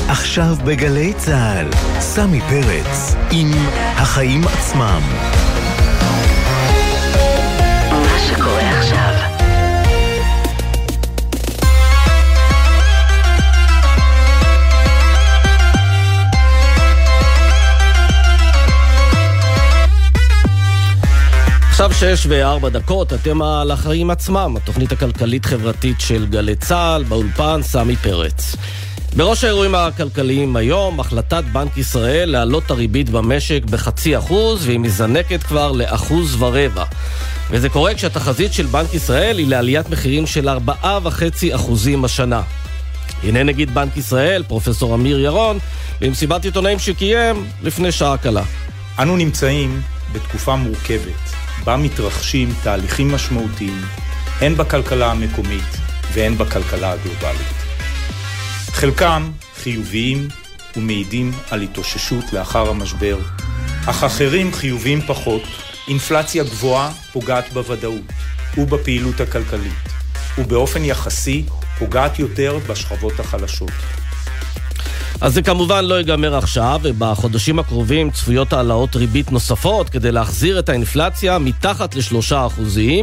עכשיו בגלי צהל, סמי פרץ עם החיים עצמם. מה שקורה עכשיו. עכשיו 6:04, אתם על החיים עצמם, התוכנית הכלכלית-חברתית של גלי צהל, באולפן סמי פרץ. בראש האירועים הכלכליים היום, החלטת בנק ישראל להעלות הריבית במשק ב0.5%, והיא מזנקת כבר ל1.25%. וזה קורה כשהתחזית של בנק ישראל היא לעליית מחירים של 4.5% השנה. הנה נגיד בנק ישראל, פרופסור אמיר ירון, במסיבת עיתונאים שקיים לפני שעה קלה. אנו נמצאים בתקופה מורכבת, בה מתרחשים תהליכים משמעותיים, הן בכלכלה המקומית והן בכלכלה הגלובלית. חלקם חיוביים ומעידים על התאוששות לאחר המשבר, אך אחרים חיוביים פחות. אינפלציה גבוהה פוגעת בוודאות ובפעילות הכלכלית, ובאופן יחסי פוגעת יותר בשכבות החלשות. אז זה כמובן לא ייגמר עכשיו, ובחודשים הקרובים צפויות העלאות ריבית נוספות כדי להחזיר את האינפלציה מתחת ל3%,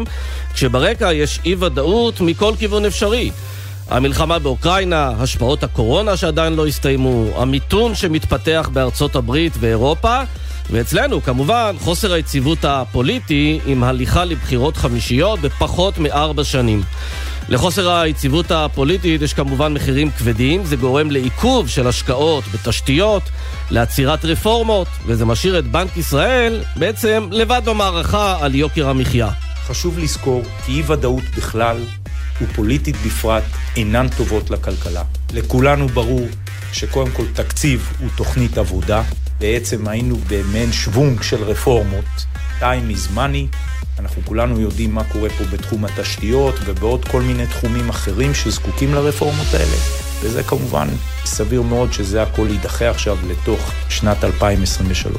כשברקע יש אי ודאות מכל כיוון אפשרי. המלחמה באוקראינה, השפעות הקורונה שעדיין לא הסתיימו, המיתון שמתפתח בארצות הברית ואירופה, ואצלנו כמובן חוסר היציבות הפוליטי עם הליכה לבחירות חמישיות בפחות מ4 שנים. לחוסר היציבות הפוליטית יש כמובן מחירים כבדים, זה גורם לעיכוב של השקעות בתשתיות, לעצירת רפורמות, וזה משאיר את בנק ישראל בעצם לבד במערכה על יוקר המחיה. חשוב לזכור כי אי ודאות בכלל ופוליטית בפרט אינן טובות לכלכלה. לכולנו ברור שקודם כל תקציב הוא תוכנית עבודה, בעצם היינו במין שוונג של רפורמות. time is money, אנחנו כולנו יודעים מה קורה פה בתחום התשתיות ובעוד כל מיני תחומים אחרים שזקוקים לרפורמות האלה. וזה כמובן סביר מאוד שזה הכל יידחה עכשיו לתוך שנת 2023.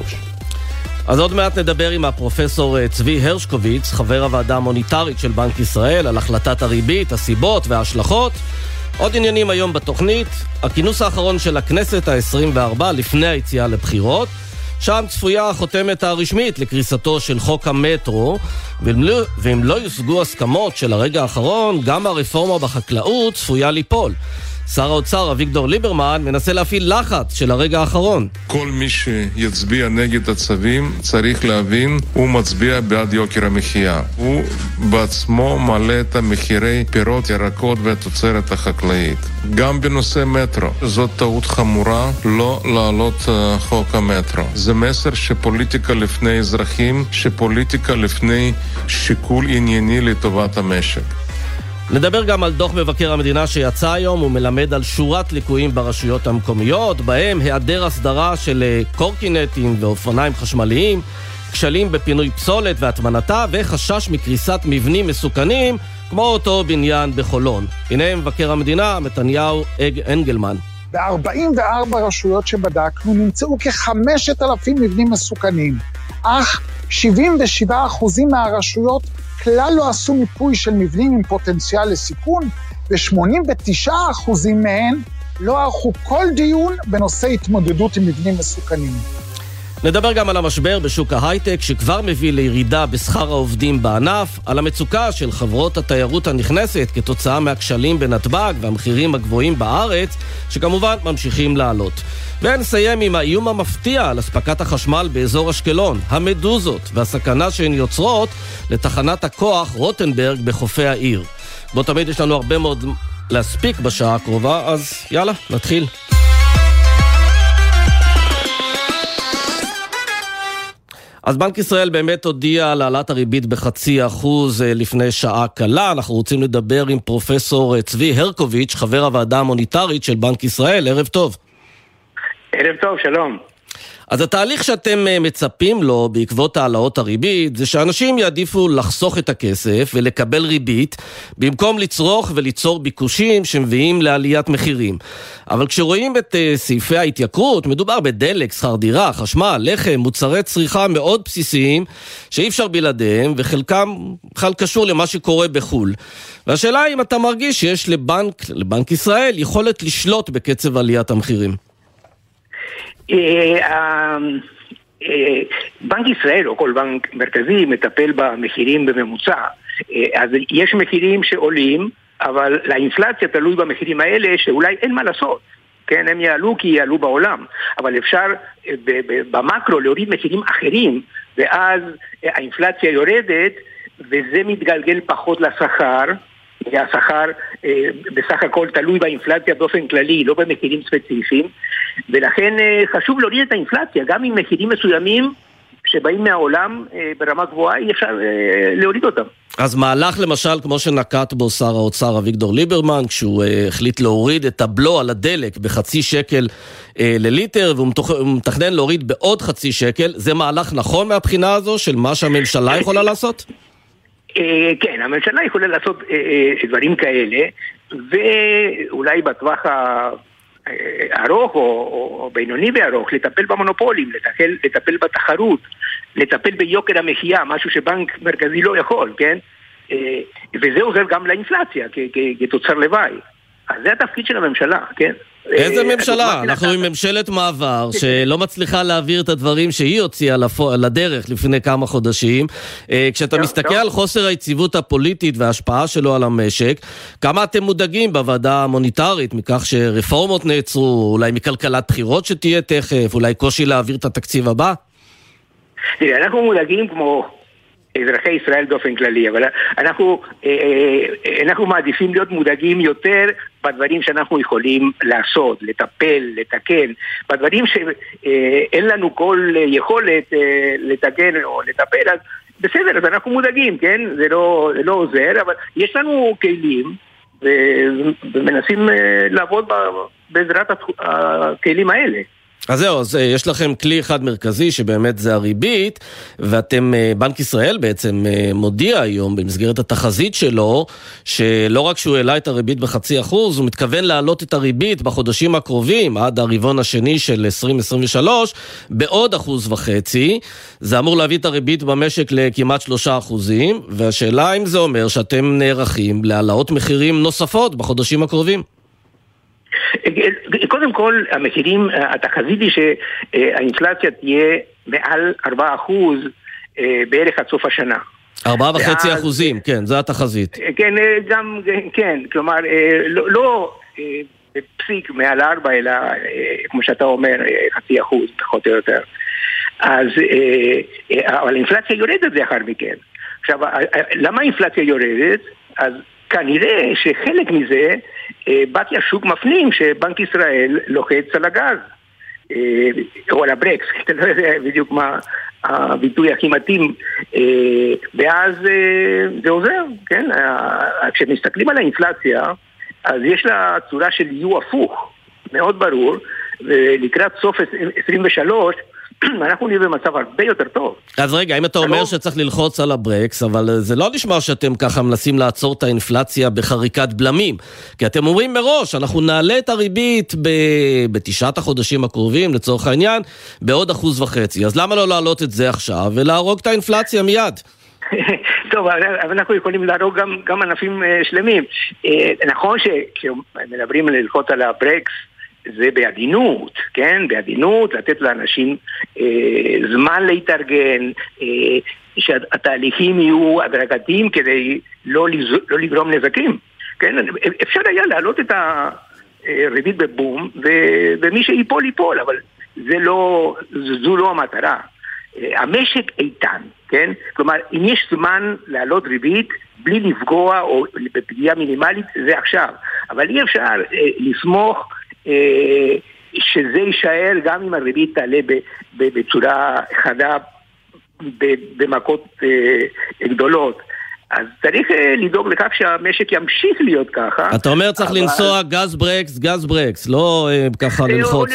אז עוד מעט נדבר עם הפרופסור צבי הרשקוביץ, חבר הוועדה המוניטרית של בנק ישראל, על החלטת הריבית, הסיבות וההשלכות. עוד עניינים היום בתוכנית, הכינוס האחרון של הכנסת ה-24 לפני היציאה לבחירות, שם צפויה החותמת הרשמית לקריסתו של חוק המטרו, ואם לא יושגו הסכמות של הרגע האחרון, גם הרפורמה בחקלאות צפויה ליפול. שר האוצר אביגדור ליברמן מנסה להפעיל לחץ של הרגע האחרון. כל מי שיצביע נגד הצווים צריך להבין, הוא מצביע בעד יוקר המחיה. הוא בעצמו מעלה את המחירי פירות, ירקות והתוצרת החקלאית. גם בנושא מטרו, זאת טעות חמורה לא לעלות חוק המטרו. זה מסר שפוליטיקה לפני אזרחים, שפוליטיקה לפני שיקול ענייני לטובת המשק. נדבר גם על דוח מבקר המדינה שיצא היום, הוא מלמד על שורת ליקויים ברשויות המקומיות, בהם היעדר הסדרה של קורקינטים ואופניים חשמליים, כשלים בפינוי פסולת והטמנתה, וחשש מקריסת מבנים מסוכנים, כמו אותו בניין בחולון. הנה מבקר המדינה, מתניהו אנגלמן. ב-44 רשויות שבדקנו נמצאו כ5,000 מבנים מסוכנים, אך 77% מהרשויות כלל לא עשו מיפוי של מבנים עם פוטנציאל לסיכון, ו89% מהן לא ערכו כל דיון בנושא התמודדות עם מבנים מסוכנים. נדבר גם על המשבר בשוק ההייטק שכבר מביא לירידה בשכר העובדים בענף, על המצוקה של חברות התיירות הנכנסת כתוצאה מהכשלים בנתב"ג והמחירים הגבוהים בארץ שכמובן ממשיכים לעלות. ונסיים עם האיום המפתיע על הספקת החשמל באזור אשקלון, המדוזות והסכנה שהן יוצרות לתחנת הכוח רוטנברג בחופי העיר. בו תמיד יש לנו הרבה מאוד להספיק בשעה הקרובה, אז יאללה, נתחיל. אז בנק ישראל באמת הודיע על העלאת הריבית ב0.5% לפני שעה קלה. אנחנו רוצים לדבר עם פרופסור צבי הרקוביץ', חבר הוועדה המוניטרית של בנק ישראל. ערב טוב. ערב טוב, שלום. אז התהליך שאתם מצפים לו בעקבות העלאות הריבית זה שאנשים יעדיפו לחסוך את הכסף ולקבל ריבית במקום לצרוך וליצור ביקושים שמביאים לעליית מחירים. אבל כשרואים את סעיפי ההתייקרות, מדובר בדלק, שכר דירה, חשמל, לחם, מוצרי צריכה מאוד בסיסיים שאי אפשר בלעדיהם, וחלקם בכלל קשור למה שקורה בחול. והשאלה היא אם אתה מרגיש שיש לבנק ישראל יכולת לשלוט בקצב עליית המחירים. בנק ישראל או כל בנק מרכזי מטפל במחירים בממוצע, אז יש מחירים שעולים, אבל לאינפלציה תלוי במחירים האלה שאולי אין מה לעשות, כן, הם יעלו כי יעלו בעולם, אבל אפשר במקרו להוריד מחירים אחרים, ואז האינפלציה יורדת וזה מתגלגל פחות לשכר, השכר בסך הכל תלוי באינפלציה באופן כללי, לא במחירים ספציפיים, ולכן חשוב להוריד את האינפלציה, גם עם מחירים מסוימים שבאים מהעולם ברמה גבוהה, אי אפשר להוריד אותם. אז מהלך למשל, כמו שנקט בו שר האוצר אביגדור ליברמן, כשהוא החליט להוריד את הבלו על הדלק בחצי שקל לליטר, והוא מתכנן להוריד בעוד חצי שקל, זה מהלך נכון מהבחינה הזו של מה שהממשלה יכולה לעשות? כן, הממשלה יכולה לעשות דברים כאלה, ואולי בטווח ארוך או בינוני וארוך, לטפל במונופולים, לטפל בתחרות, לטפל ביוקר המחיה, משהו שבנק מרכזי לא יכול, כן? וזה עוזר גם לאינפלציה כתוצר לוואי. אז זה התפקיד של הממשלה, כן? איזה ממשלה? אנחנו עם ממשלת מעבר שלא מצליחה להעביר את הדברים שהיא הוציאה לדרך לפני כמה חודשים. כשאתה מסתכל על חוסר היציבות הפוליטית וההשפעה שלו על המשק, כמה אתם מודאגים בוועדה המוניטרית מכך שרפורמות נעצרו, אולי מכלכלת בחירות שתהיה תכף, אולי קושי להעביר את התקציב הבא? אנחנו מודאגים כמו אזרחי ישראל באופן כללי, אבל אנחנו מעדיפים להיות מודאגים יותר בדברים שאנחנו יכולים לעשות, לטפל, לתקן, בדברים שאין לנו כל יכולת לתקן או לטפל, אז בסדר, אז אנחנו מודאגים, כן? זה לא עוזר, אבל יש לנו כלים ומנסים לעבוד בעזרת הכלים האלה. אז זהו, אז יש לכם כלי אחד מרכזי שבאמת זה הריבית, ואתם, בנק ישראל בעצם מודיע היום במסגרת התחזית שלו, שלא רק שהוא העלה את הריבית ב0.5%, הוא מתכוון להעלות את הריבית בחודשים הקרובים, עד הרבעון השני של 2023, בעוד 1.5%. זה אמור להביא את הריבית במשק לכמעט 3%, והשאלה אם זה אומר שאתם נערכים להעלאות מחירים נוספות בחודשים הקרובים. קודם כל, המחירים, התחזית היא שהאינפלציה תהיה מעל 4% בערך עד סוף השנה. 4.5%, כן, זה התחזית. כן, גם, כן, כלומר, לא פסיק מעל 4, אלא, כמו שאתה אומר, 0.5%, פחות או יותר. אז, אבל האינפלציה יורדת זה אחר מכן. עכשיו, למה האינפלציה יורדת? אז כנראה שחלק מזה, באתי השוק מפנים שבנק ישראל לוחץ על הגז, או על הברקס, אתה לא יודע בדיוק מה הביטוי הכי מתאים, ואז זה עוזר, כן? כשמסתכלים על האינפלציה, אז יש לה צורה של יו הפוך, מאוד ברור, ולקראת סוף 23, אנחנו נהיה במצב הרבה יותר טוב. אז רגע, אם אתה אומר שצריך ללחוץ על הברקס, אבל זה לא נשמע שאתם ככה מנסים לעצור את האינפלציה בחריקת בלמים, כי אתם אומרים מראש, אנחנו נעלה את הריבית בתשעת החודשים הקרובים, לצורך העניין, בעוד 1.5%. אז למה לא להעלות את זה עכשיו ולהרוג את האינפלציה מיד? טוב, אבל אנחנו יכולים להרוג גם ענפים שלמים. נכון שכשמדברים ללחוץ על הברקס, זה בעדינות, כן? בעדינות, לתת לאנשים זמן להתארגן, שהתהליכים יהיו הדרגתיים כדי לא לגרום נזקים, כן? אפשר היה להעלות את הריבית בבום, ומי שיפול ייפול, אבל זו לא המטרה. המשק איתן, כן? כלומר, אם יש זמן להעלות ריבית בלי לפגוע או בפגיעה מינימלית, זה עכשיו. אבל אי אפשר לסמוך שזה יישאר גם אם הריבית תעלה בצורה חדה במכות גדולות. אז צריך לדאוג לכך שהמשק ימשיך להיות ככה. אתה אומר צריך לנסוע גז ברקס, לא ככה ללחוץ.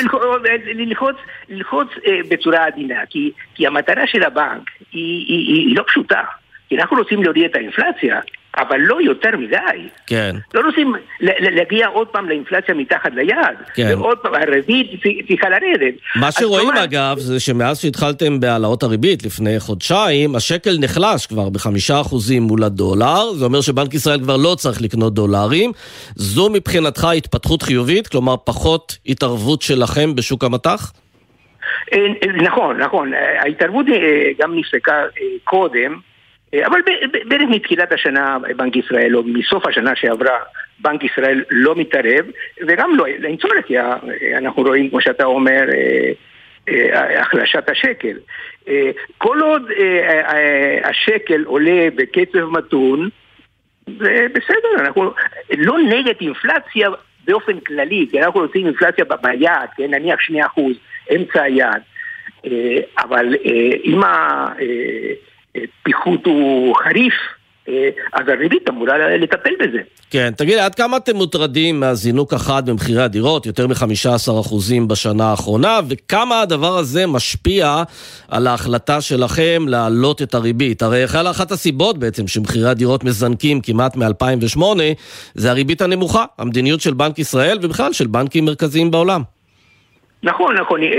ללחוץ בצורה עדינה, כי המטרה של הבנק היא לא פשוטה. כי אנחנו רוצים להוריד את האינפלציה, אבל לא יותר מדי. כן. לא רוצים להגיע עוד פעם לאינפלציה מתחת ליד. כן. ועוד פעם הריבית צריכה לרדת. מה שרואים אגב, זה שמאז שהתחלתם בהעלאות הריבית לפני חודשיים, השקל נחלש כבר ב5% מול הדולר. זה אומר שבנק ישראל כבר לא צריך לקנות דולרים. זו מבחינתך התפתחות חיובית? כלומר פחות התערבות שלכם בשוק המטח? נכון, ההתערבות גם נפסקה קודם, אבל בערך מתחילת השנה בנק ישראל, או מסוף השנה שעברה, בנק ישראל לא מתערב, וגם לא, אין צורך, כי אנחנו רואים, כמו שאתה אומר, החלשת השקל. כל עוד השקל עולה בקצב מתון, זה בסדר, אנחנו לא נגד אינפלציה באופן כללי, כי אנחנו רוצים אינפלציה ביעד, כן, נניח 2%, אמצע היעד, אבל אם הפיחות הוא חריף, אז הריבית אמורה לטפל בזה. כן, תגיד, עד כמה אתם מוטרדים מהזינוק החד במחירי הדירות, יותר מ-15% בשנה האחרונה, וכמה הדבר הזה משפיע על ההחלטה שלכם להעלות את הריבית? הרי אחת הסיבות בעצם שמחירי הדירות מזנקים כמעט מ-2008, זה הריבית הנמוכה, המדיניות של בנק ישראל ובכלל של בנקים מרכזיים בעולם. נכון.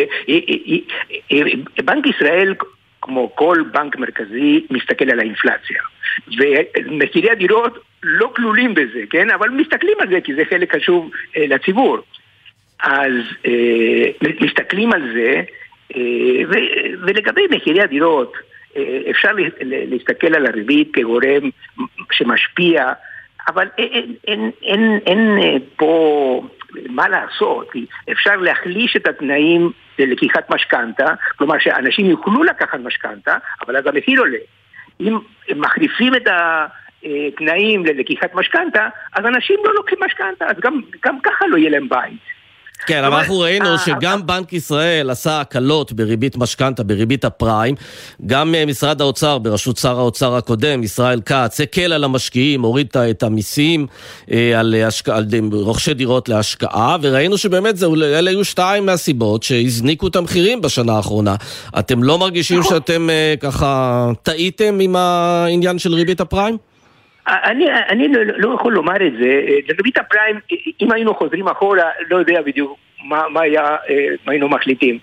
בנק ישראל, כמו כל בנק מרכזי, מסתכל על האינפלציה. ומחירי הדירות לא כלולים בזה, כן? אבל מסתכלים על זה, כי זה חלק חשוב לציבור. אז מסתכלים על זה, ולגבי מחירי הדירות, אפשר להסתכל על הריבית כגורם שמשפיע, אבל אין פה מה לעשות. אפשר להחליש את התנאים ללקיחת משכנתה, כלומר שאנשים יוכלו לקחת משכנתה, אבל אז המחיר עולה. אם מחריפים את התנאים ללקיחת משכנתה, אז אנשים לא לוקחים משכנתה, אז גם ככה לא יהיה להם בית. כן, אבל אנחנו ראינו שגם בנק ישראל עשה הקלות בריבית משכנתה, בריבית הפריים, גם משרד האוצר, בראשות שר האוצר הקודם, ישראל כץ, הקל על המשקיעים, הוריד את המיסים על רוכשי דירות להשקעה, וראינו שבאמת אלה היו 2 מהסיבות שהזניקו את המחירים בשנה האחרונה. אתם לא מרגישים שאתם ככה טעיתם עם העניין של ריבית הפריים? אני לא יכול לומר את זה. לריבית הפריים, אם היינו חוזרים אחורה, לא יודע בדיוק מה היינו מחליטים.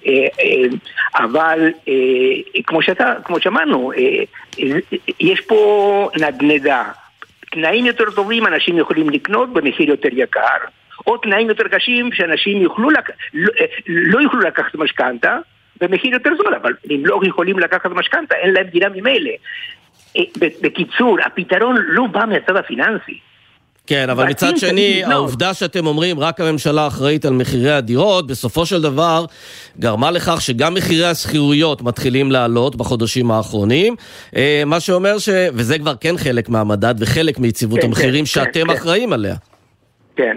אבל כמו שאמרנו, יש פה נדנדה. תנאים יותר טובים אנשים יכולים לקנות במחיר יותר יקר, או תנאים יותר קשים שאנשים לא יוכלו לקחת משכנתה במחיר יותר זול, אבל אם לא יכולים לקחת משכנתה, אין להם דירה ממילא. בקיצור, הפתרון לא בא מהצד הפיננסי. כן, אבל מצד שני, העובדה שאתם אומרים רק הממשלה אחראית על מחירי הדירות, בסופו של דבר גרמה לכך שגם מחירי הסחירויות מתחילים לעלות בחודשים האחרונים, מה שאומר וזה כבר כן חלק מהמדד וחלק מיציבות המחירים שאתם אחראים עליה. כן.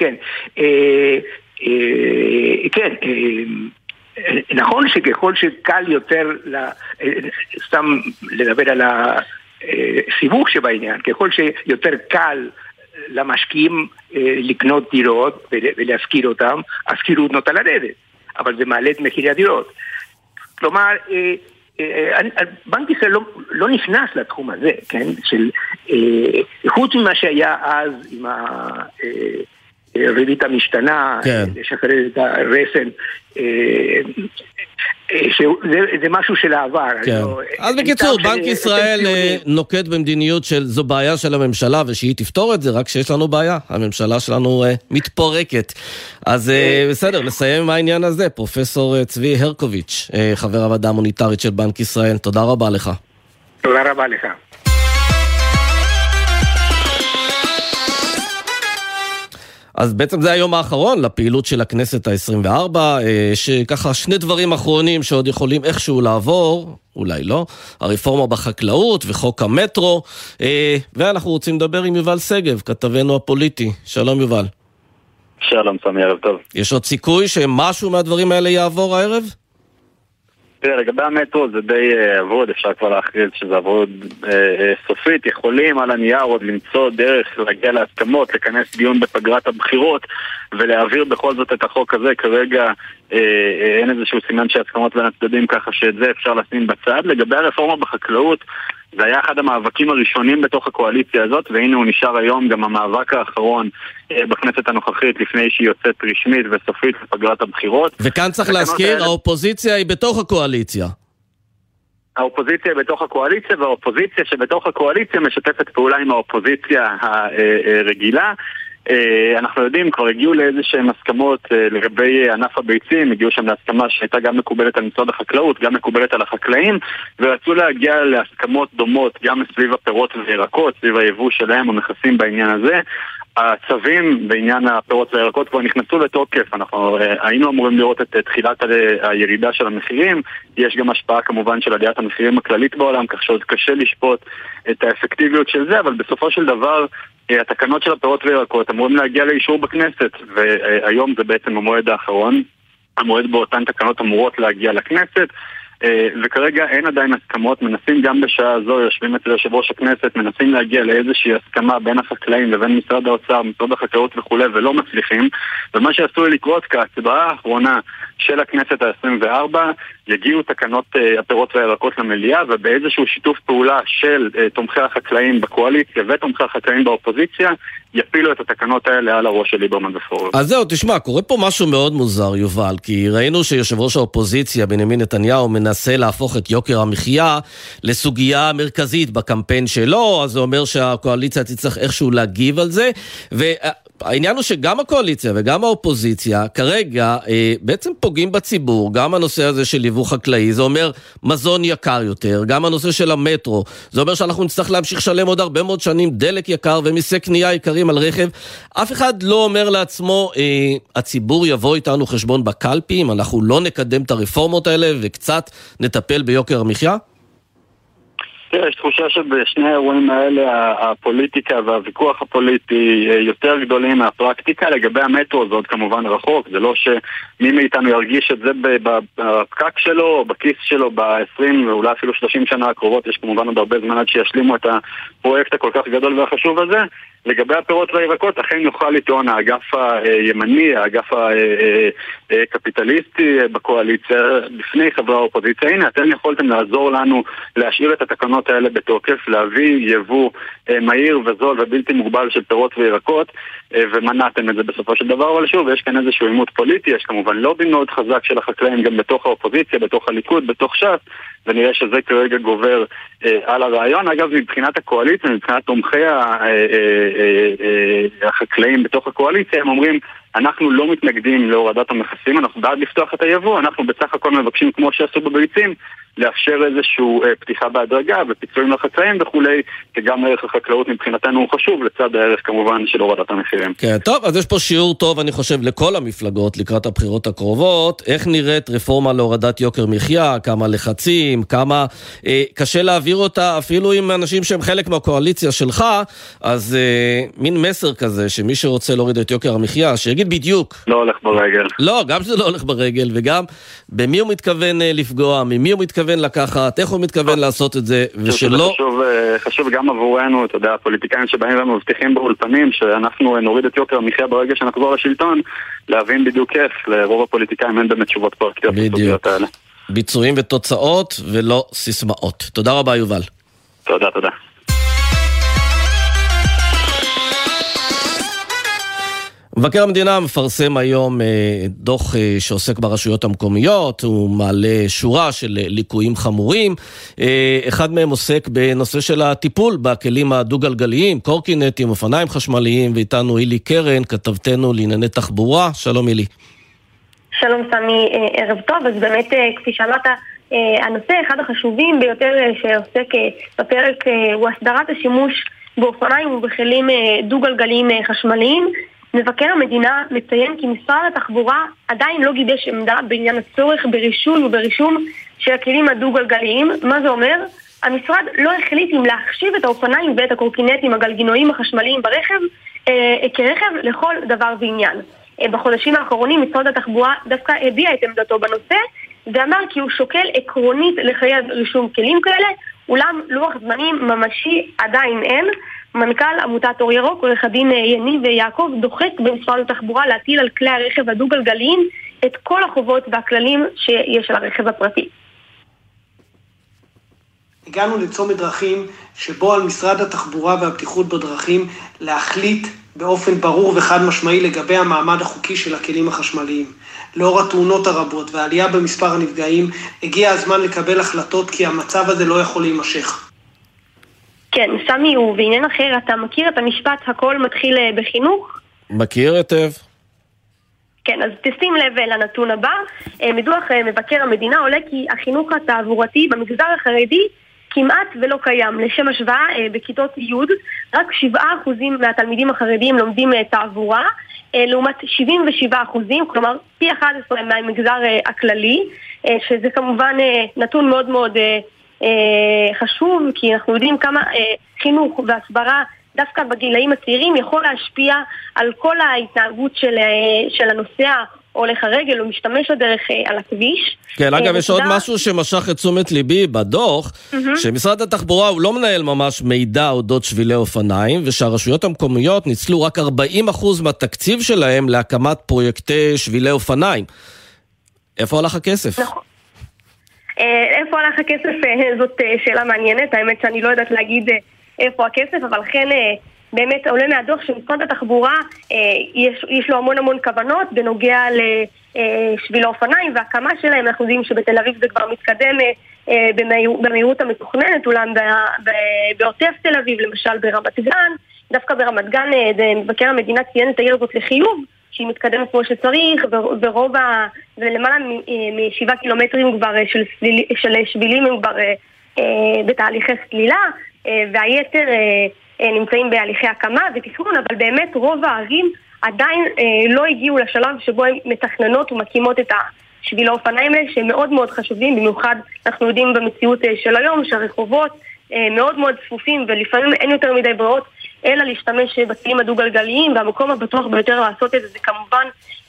נכון שככל שקל יותר סתם לדבר על הסיבוך שבעניין, ככל שיותר קל למשקיעים לקנות דירות ולהשכיר אותם, השכירות נוטה לרדת, אבל זה מעלה את מחירי הדירות. כלומר, בנק ישראל לא נכנס לתחום הזה, כן? חוץ ממה שהיה אז עם הריבית המשתנה, לשחרר את הרסן, זה משהו של העבר. אז בקיצור, בנק ישראל נוקט במדיניות של זו בעיה של הממשלה ושהיא תפתור את זה, רק שיש לנו בעיה, הממשלה שלנו מתפורקת. אז בסדר, נסיים עם העניין הזה. פרופסור צבי הרקוביץ', חבר הוועדה המוניטרית של בנק ישראל, תודה רבה לך. תודה רבה לך. אז בעצם זה היום האחרון לפעילות של הכנסת ה-24, שככה 2 דברים אחרונים שעוד יכולים איכשהו לעבור, אולי לא, הרפורמה בחקלאות וחוק המטרו, ואנחנו רוצים לדבר עם יובל סגב, כתבנו הפוליטי. שלום יובל. שלום סמי, ערב טוב. יש עוד סיכוי שמשהו מהדברים האלה יעבור הערב? תראה, לגבי המטרו זה די עבוד, אפשר כבר להכריז שזה עבוד סופית, יכולים על הנייר עוד למצוא דרך להגיע להסכמות, לכנס דיון בפגרת הבחירות ולהעביר בכל זאת את החוק הזה. כרגע אין איזשהו סימן שהסכמות בין הצדדים, ככה שאת זה אפשר לשים בצד. לגבי הרפורמה בחקלאות, זה היה אחד המאבקים הראשונים בתוך הקואליציה הזאת, והנה הוא נשאר היום גם המאבק האחרון בכנסת הנוכחית לפני שהיא יוצאת רשמית וסופית לפגרת הבחירות. וכאן צריך להזכיר, האופוזיציה היא בתוך הקואליציה. האופוזיציה בתוך הקואליציה, והאופוזיציה שבתוך הקואליציה משתפת פעולה עם האופוזיציה הרגילה. אנחנו יודעים, כבר הגיעו לאיזשהם הסכמות לגבי ענף הביצים, הגיעו שם להסכמה שהייתה גם מקובלת על משרד החקלאות, גם מקובלת על החקלאים, ורצו להגיע להסכמות דומות גם סביב הפירות וירקות, סביב היבוא שלהם ומכסים בעניין הזה. הצווים בעניין הפירות והירקות כבר נכנסו לתוקף, אנחנו היינו אמורים לראות את תחילת הירידה של המחירים, יש גם השפעה כמובן של עליית המחירים הכללית בעולם, כך שעוד קשה לשפוט את האפקטיביות של זה, אבל בסופו של דבר התקנות של הפירות וירקות אמורים להגיע לאישור בכנסת, והיום זה בעצם המועד האחרון, המועד באותן תקנות אמורות להגיע לכנסת, וכרגע אין עדיין הסכמות, מנסים גם בשעה הזו, יושבים אצל יושב ראש הכנסת, מנסים להגיע לאיזושהי הסכמה בין החקלאים לבין משרד האוצר, משרד החקלאות וכו', ולא מצליחים, ומה שעשוי לקרות כהצבעה האחרונה של הכנסת ה-24, יגיעו תקנות הפירות והירקות למליאה, ובאיזשהו שיתוף פעולה של תומכי החקלאים בקואליציה ותומכי החקלאים באופוזיציה, יפילו את התקנות האלה על הראש של ליברמן ופורר. אז זהו, תשמע, קורה פה משהו מאוד מוזר, יובל, כי ראינו שיושב ראש האופוזיציה, בנימין נתניהו, מנסה להפוך את יוקר המחיה לסוגיה מרכזית בקמפיין שלו, אז זה אומר שהקואליציה תצטרך איכשהו להגיב על זה, העניין הוא שגם הקואליציה וגם האופוזיציה כרגע בעצם פוגעים בציבור, גם הנושא הזה של יבוא חקלאי, זה אומר מזון יקר יותר, גם הנושא של המטרו, זה אומר שאנחנו נצטרך להמשיך שלם עוד הרבה מאוד שנים דלק יקר ומיסי קנייה יקרים על רכב, אף אחד לא אומר לעצמו, הציבור יבוא איתנו חשבון בקלפי, אם אנחנו לא נקדם את הרפורמות האלה וקצת נטפל ביוקר המחיה? יש תחושה שבשני האירועים האלה הפוליטיקה והוויכוח הפוליטי יותר גדולים מהפרקטיקה. לגבי המטרו זה עוד כמובן רחוק, זה לא שמי מאיתנו ירגיש את זה בפקק שלו או בכיס שלו ב-20 ואולי אפילו 30 שנה הקרובות. יש כמובן עוד הרבה זמן עד שישלימו את הפרויקט הכל כך גדול והחשוב הזה. לגבי הפירות והירקות, אכן יוכל לטעון האגף הימני, האגף הקפיטליסטי בקואליציה, בפני חברי האופוזיציה, הנה, אתם יכולתם לעזור לנו להשאיר את התקנות האלה בתוקף, להביא יבוא מהיר וזול ובלתי מוגבל של פירות וירקות, ומנעתם את זה בסופו של דבר, אבל שוב, יש כאן איזשהו עימות פוליטי, יש כמובן לובי מאוד חזק של החקלאים גם בתוך האופוזיציה, בתוך הליכוד, בתוך ש"ס, ונראה שזה כרגע גובר על הרעיון. אגב, מבחינת הקואליציה, מבחינת תומכי החקלאים בתוך הקואליציה, הם אומרים, אנחנו לא מתנגדים להורדת המכסים, אנחנו בעד לפתוח את היבוא, אנחנו בסך הכל מבקשים, כמו שעשו בביצים, לאפשר איזשהו פתיחה בהדרגה ופיצויים לחקלאים וכולי, כי גם ערך החקלאות מבחינתנו הוא חשוב, לצד הערך כמובן של הורדת המחירים. כן, טוב, אז יש פה שיעור טוב, אני חושב, לכל המפלגות לקראת הבחירות הקרובות, איך נראית רפורמה להורדת יוקר מחיה, כמה לחצים, כמה קשה להעביר אותה, אפילו עם אנשים שהם חלק מהקואליציה שלך, אז מין מסר כזה, שמי שרוצה להוריד את יוקר המחיה, שיגיד בדיוק. לא הולך ברגל. לא, גם שזה לא הולך ברגל, וגם במי הוא מתכוון לפגוע, ממי הוא מתכוון לקחת, איך הוא מתכוון לעשות את זה, ושלא... חשוב גם עבורנו, אתה יודע, הפוליטיקאים שבאים ומבטיחים באולפנים, שאנחנו נוריד את יוקר המחיה ברגע שנחזור לשלטון, להבין בדיוק איך, לרוב הפוליטיקאים אין באמת תשובות פרקטיות בסוגיות האלה. ביצועים ותוצאות ולא סיסמאות. תודה רבה, יובל. תודה, תודה. מבקר המדינה מפרסם היום דוח שעוסק ברשויות המקומיות, הוא מעלה שורה של ליקויים חמורים, אחד מהם עוסק בנושא של הטיפול בכלים הדו-גלגליים, קורקינטים, אופניים חשמליים, ואיתנו אילי קרן, כתבתנו לענייני תחבורה. שלום אילי. שלום סמי, ערב טוב. אז באמת כפי שאמרת, הנושא אחד החשובים ביותר שעוסק בפרק הוא הסדרת השימוש באופניים ובכלים דו-גלגליים חשמליים. מבקר המדינה מציין כי משרד התחבורה עדיין לא גיבש עמדה בעניין הצורך ברישוי וברישום של הכלים הדו-גלגליים. מה זה אומר? המשרד לא החליט אם להחשיב את האופניים ואת הקורקינטים הגלגינועים החשמליים ברכב כרכב לכל דבר ועניין. בחודשים האחרונים משרד התחבורה דווקא הביע את עמדתו בנושא ואמר כי הוא שוקל עקרונית לחייב רישום כלים כאלה, אולם לוח זמנים ממשי עדיין אין. מנכ"ל עמותת אור ירוק, עורך הדין יניב ויעקב, דוחק במשרד התחבורה להטיל על כלי הרכב הדו-גלגליים את כל החובות והכללים שיש על הרכב הפרטי. הגענו לצומת דרכים שבו על משרד התחבורה והבטיחות בדרכים להחליט באופן ברור וחד משמעי לגבי המעמד החוקי של הכלים החשמליים. לאור התאונות הרבות והעלייה במספר הנפגעים, הגיע הזמן לקבל החלטות כי המצב הזה לא יכול להימשך. כן, סמי, ובעניין אחר, אתה מכיר את המשפט הכל מתחיל בחינוך? מכיר היטב. כן, אז תשים לב לנתון הבא. מדוח מבקר המדינה עולה כי החינוך התעבורתי במגזר החרדי כמעט ולא קיים. לשם השוואה, בכיתות י' רק 7% מהתלמידים החרדיים לומדים תעבורה, לעומת 77%, כלומר פי 11 מהמגזר הכללי, שזה כמובן נתון מאוד מאוד חשוב, כי אנחנו יודעים כמה חינוך והסברה דווקא בגילאים הצעירים יכול להשפיע על כל ההתנהגות של הנוסע הולך הרגל או משתמש הדרך על הכביש. כן, אגב, יש עוד משהו שמשך את תשומת ליבי בדוח, שמשרד התחבורה הוא לא מנהל ממש מידע אודות שבילי אופניים, ושהרשויות המקומיות ניצלו רק 40% מהתקציב שלהם להקמת פרויקטי שבילי אופניים. איפה הלך הכסף? נכון. איפה הלך הכסף? זאת שאלה מעניינת. האמת שאני לא יודעת להגיד איפה הכסף, אבל כן באמת עולה מהדוח שמשרד התחבורה יש לו המון כוונות בנוגע לשביל האופניים והקמה שלהם. אנחנו יודעים שבתל אביב זה כבר מתקדם במהירות המתוכננת, אולם בעוטף תל אביב, למשל ברמת גן, דווקא ברמת גן מבקר המדינה ציין את העיר הזאת לחיוב, שהיא מתקדמת כמו שצריך, ולמעלה מ7 קילומטרים כבר של שבילים הם כבר בתהליכי סלילה, והיתר נמצאים בהליכי הקמה ותכנון, אבל באמת רוב הערים עדיין לא הגיעו לשלב שבו הן מתכננות ומקימות את שביל האופניים האלה, שהם מאוד מאוד חשובים, במיוחד אנחנו יודעים במציאות של היום שהרחובות מאוד מאוד צפופים, ולפעמים אין יותר מדי ברירות אלא להשתמש בכלים הדו-גלגליים, והמקום הבטוח ביותר לעשות את זה כמובן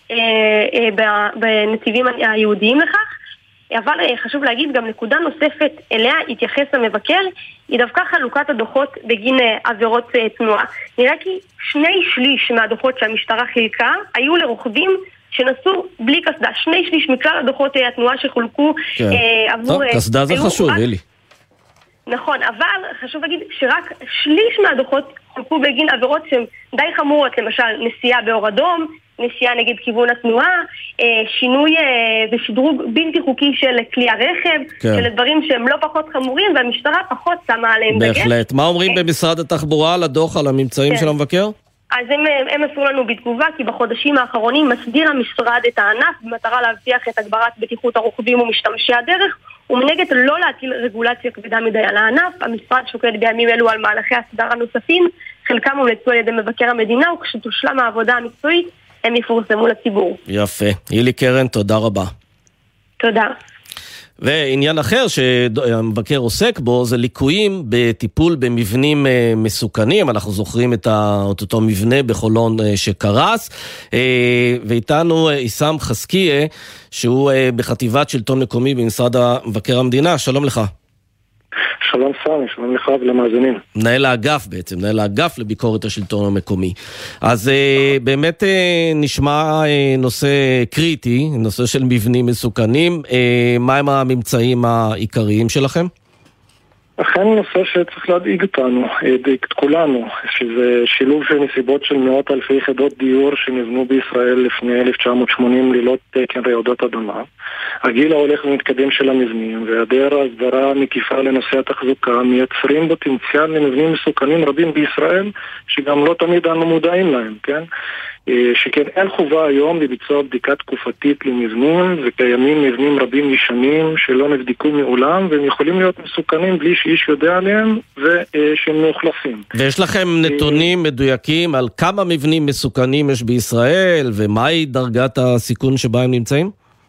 בנתיבים היהודיים לכך. אבל חשוב להגיד גם נקודה נוספת אליה התייחס המבקר, היא דווקא חלוקת הדוחות בגין עבירות תנועה. נראה כי 2/3 מהדוחות שהמשטרה חילקה היו לרוכבים שנסעו בלי קסדה. 2/3 מכלל הדוחות התנועה שחולקו עבור... קסדה זה חשוב, אלי. נכון, אבל חשוב להגיד שרק 1/3 מהדוחות חולקו בגין עבירות שהן די חמורות, למשל נסיעה באור אדום, נסיעה נגד כיוון התנועה, שינוי ושדרוג בלתי חוקי של כלי הרכב, של דברים שהם לא פחות חמורים, והמשטרה פחות שמה עליהם דגש. בהחלט. מה אומרים במשרד התחבורה על הדוח, על הממצאים של המבקר? אז הם עשו לנו בתגובה, כי בחודשים האחרונים מסדיר המשרד את הענף במטרה להבטיח את הגברת בטיחות הרוכבים ומשתמשי הדרך, ומנגד לא להטיל רגולציה כבדה מדי על הענף. המשרד שוקד בימים אלו על מהלכי הסדרה נוספים, חלקם הומלצו על ידי מבקר המדינה, וכשתושלם העבודה המקצועית הם יפורסמו לציבור. יפה. הילי קרן, תודה רבה. תודה. ועניין אחר שהמבקר עוסק בו זה ליקויים בטיפול במבנים מסוכנים. אנחנו זוכרים את אותו מבנה בחולון שקרס, ואיתנו איסם חסקיה שהוא בחטיבת שלטון מקומי במשרד מבקר המדינה. שלום לך. שלום סמי, שלום לך ולמאזינים. מנהל האגף בעצם, מנהל האגף לביקורת השלטון המקומי. אז באמת נשמע נושא קריטי, נושא של מבנים מסוכנים. מהם הממצאים העיקריים שלכם? אכן נושא שצריך להדאיג אותנו, את כולנו, שזה שילוב של נסיבות של מאות אלפי יחידות דיור שנבנו בישראל לפני 1980 ללא תקן רעידות אדמה. הגיל ההולך ומתקדם של המבנים והיעדר הסדרה מקיפה לנושא התחזוקה מייצרים פוטנציאל למבנים מסוכנים רבים בישראל שגם לא תמיד אנו מודעים להם, כן? שכן אין חובה היום לביצוע בדיקה תקופתית למבנים, וקיימים מבנים רבים ישנים שלא נבדקו מעולם והם יכולים להיות מסוכנים בלי שאיש יודע עליהם ושהם מאוכלסים. ויש לכם נתונים מדויקים על כמה מבנים מסוכנים יש בישראל ומהי דרגת הסיכון שבה הם נמצאים?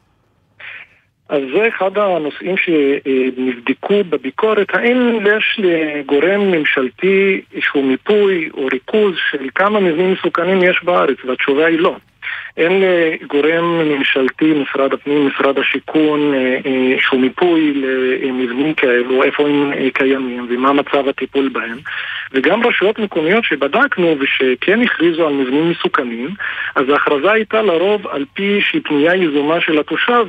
אז זה אחד הנושאים שנבדקו בביקורת, האם יש לגורם ממשלתי שהוא מיפוי או ריכוז של כמה מבנים מסוכנים יש בארץ, והתשובה היא לא. אין לגורם ממשלתי, משרד הפנים, משרד השיכון, שהוא מיפוי למבנים כאלו, איפה הם קיימים ומה מצב הטיפול בהם. וגם רשויות מקומיות שבדקנו ושכן הכריזו על מבנים מסוכנים, אז ההכרזה הייתה לרוב על פי שהיא פנייה יזומה של התושב,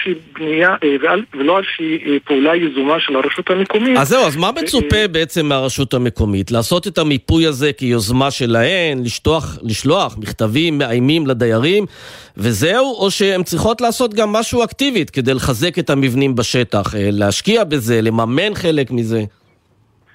ולא על שהיא פעולה יזומה של הרשות המקומית. אז זהו, אז מה מצופה בעצם מהרשות המקומית? לעשות את המיפוי הזה כיוזמה שלהן, לשלוח מכתבים מאיימים לדיירים, וזהו, או שהן צריכות לעשות גם משהו אקטיבית כדי לחזק את המבנים בשטח, להשקיע בזה, לממן חלק מזה? אז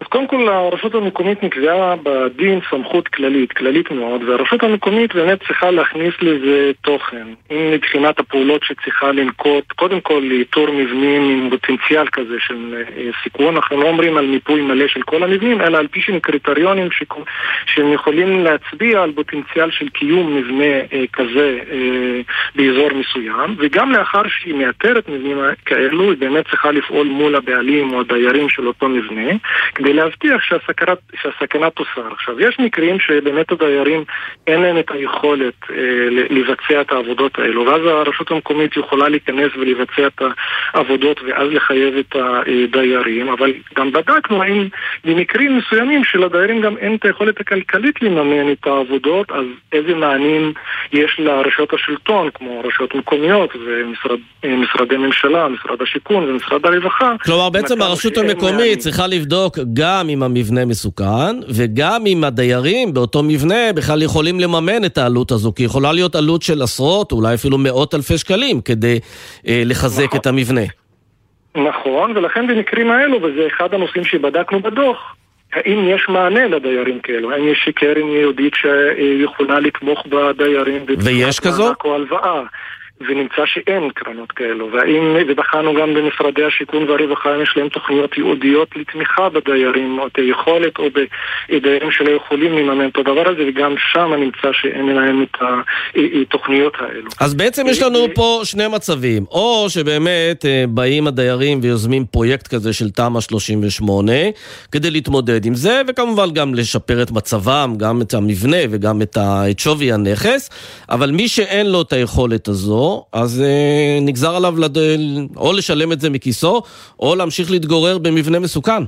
קודם כל הרשות המקומית נקבעה בדין סמכות כללית מאוד, והרשות המקומית באמת צריכה להכניס לזה תוכן, אם מבחינת הפעולות שצריכה לנקוט, קודם כל לאיתור מבנים עם פוטנציאל כזה של סיכון, אנחנו לא אומרים על מיפוי מלא של כל המבנים, אלא על פי שהם קריטריונים שהם יכולים להצביע על פוטנציאל של קיום מבנה כזה באזור מסוים, וגם לאחר שהיא מאתרת מבנים כאלו, היא באמת צריכה לפעול מול הבעלים או הדיירים של אותו מבנה, כדי להבטיח שהסכנה תוסר. עכשיו, יש מקרים שבאמת הדיירים אין להם את היכולת לבצע את העבודות האלו, ואז הרשות המקומית יכולה להיכנס ולבצע את העבודות ואז לחייב את הדיירים, אבל גם בדקנו האם במקרים מסוימים של הדיירים גם אין את היכולת הכלכלית לממן את העבודות, אז איזה מענים יש לרשויות השלטון, כמו רשויות מקומיות ומשרדי ממשלה, משרד השיכון ומשרד הרווחה. כלומר, בעצם הרשות המקומית צריכה לבדוק גם אם המבנה מסוכן, וגם אם הדיירים באותו מבנה בכלל יכולים לממן את העלות הזו, כי יכולה להיות עלות של עשרות, אולי אפילו מאות אלפי שקלים, כדי לחזק את המבנה. נכון, ולכן במקרים האלו, וזה אחד הנושאים שבדקנו בדוח, האם יש מענה לדיירים כאלו? האם יש קרן ייעודית שיכולה לתמוך בדיירים? ויש כזו? או הלוואה. ונמצא שאין קרנות כאלו, ובחנו גם במשרדי השיכון והרווחה, יש להם תוכניות ייעודיות לתמיכה בדיירים, או את היכולת, או בדיירים שלא יכולים לממן את הדבר הזה, וגם שם נמצא שאין להם את התוכניות האלו. אז בעצם יש לנו פה שני מצבים, או שבאמת באים הדיירים ויוזמים פרויקט כזה של תמ"א 38, כדי להתמודד עם זה, וכמובן גם לשפר את מצבם, גם את המבנה וגם את שווי הנכס, אבל מי שאין לו את היכולת הזו, אז נגזר עליו או לשלם את זה מכיסו, או להמשיך להתגורר במבנה מסוכן.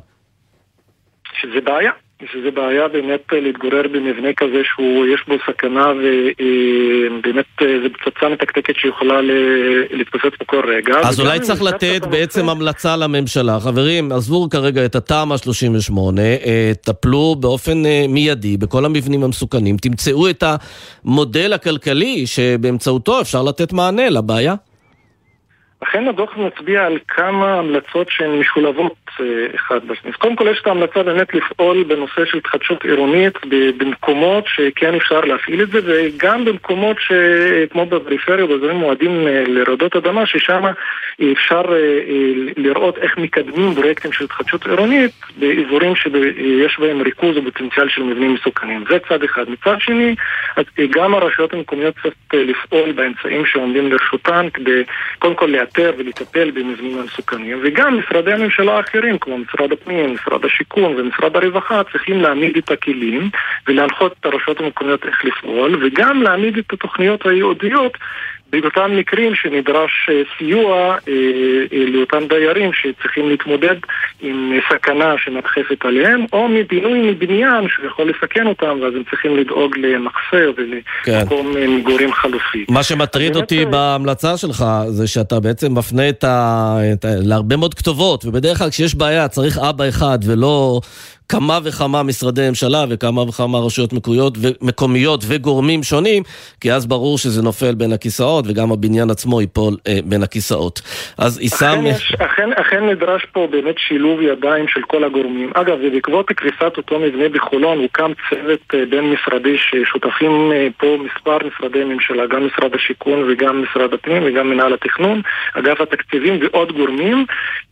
שזה בעיה באמת להתגורר במבנה כזה שיש בו סכנה, ובאמת זה פצצה מתקתקת שיכולה להתפוצץ בכל רגע. אז אולי צריך לתת בעצם המלצה לממשלה. חברים, עזבו כרגע את התמ"א 38, טפלו באופן מיידי בכל המבנים המסוכנים, תמצאו את המודל הכלכלי שבאמצעותו אפשר לתת מענה לבעיה. לכן הדוח מצביע על כמה המלצות שהן משולבות אחד בשני. קודם כל יש את ההמלצה באמת לפעול בנושא של התחדשות עירונית במקומות שכן אפשר להפעיל את זה, וגם במקומות כמו בפריפריה, באזורים מועדים לרעידות אדמה, ששם אפשר לראות איך מקדמים פרויקטים של התחדשות עירונית באזורים שיש בהם ריכוז ובפוטנציאל של מבנים מסוכנים. זה צד אחד. מצד שני, גם הרשויות המקומיות צריכות לפעול באמצעים שעומדים לרשותן כדי קודם כל לאתר ולטפל במבנים המסוכנים, וגם משרדי הממשלה האחרים כמו משרד הפנים, משרד השיכון ומשרד הרווחה צריכים להעמיד את הכלים ולהנחות את הרשויות המקומיות איך לפעול, וגם להעמיד את התוכניות הייעודיות באותם מקרים שנדרש סיוע לאותם דיירים שצריכים להתמודד עם סכנה שמדחפת עליהם, או מבניין שיכול לסכן אותם, ואז הם צריכים לדאוג למחסר ולמקום מגורים חלופי. מה שמטריד אותי בהמלצה שלך זה שאתה בעצם מפנה להרבה מאוד כתובות, ובדרך כלל כשיש בעיה צריך אבא אחד ולא כמה וכמה משרדי ממשלה וכמה וכמה רשויות מקומיות וגורמים שונים, כי אז ברור שזה נופל בין הכיסאות, וגם הבניין עצמו ייפול בין הכיסאות. אז איסם... אכן נדרש פה באמת שילוב ידיים של כל הגורמים. אגב, ובעקבות קריסת אותו מבנה בחולון, הוקם צוות בין משרדי ששותפים פה מספר משרדי ממשלה, גם משרד השיכון וגם משרד הפנים וגם מנהל התכנון, אגף התקציבים ועוד גורמים,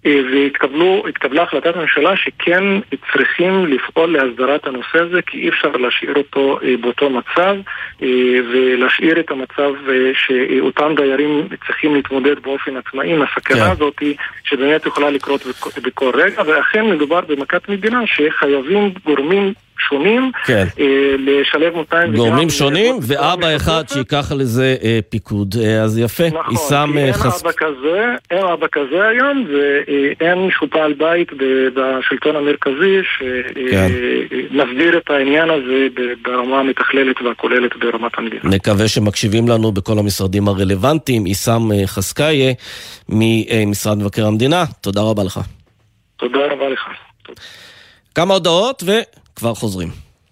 והתקבלה החלטת ממשלה שכן צריכים לפעול להסדרת הנושא הזה, כי אי אפשר להשאיר אותו באותו מצב, ולהשאיר את המצב שאותם דיירים צריכים להתמודד באופן עצמאי עם הסכנה הזאת, שבאמת יכולה לקרות בכל רגע, ואכן מדובר במכת מדינה שחייבים גורמים שונים, לשלב מותיים גורמים שונים, ואבא אחד שיקח לזה פיקוד. אז יפה. נכון, אין אבא כזה היום, ואין שותל בית בשלטון המרכזי שנסדיר את העניין הזה ברמה המתכללת והכוללת ברמת המדינה. נקווה שמקשיבים לנו בכל המשרדים הרלוונטיים. איסם חסקאי ממשרד מבקר המדינה, תודה רבה לך. תודה רבה לך. כמה הודעות כבר חוזרים.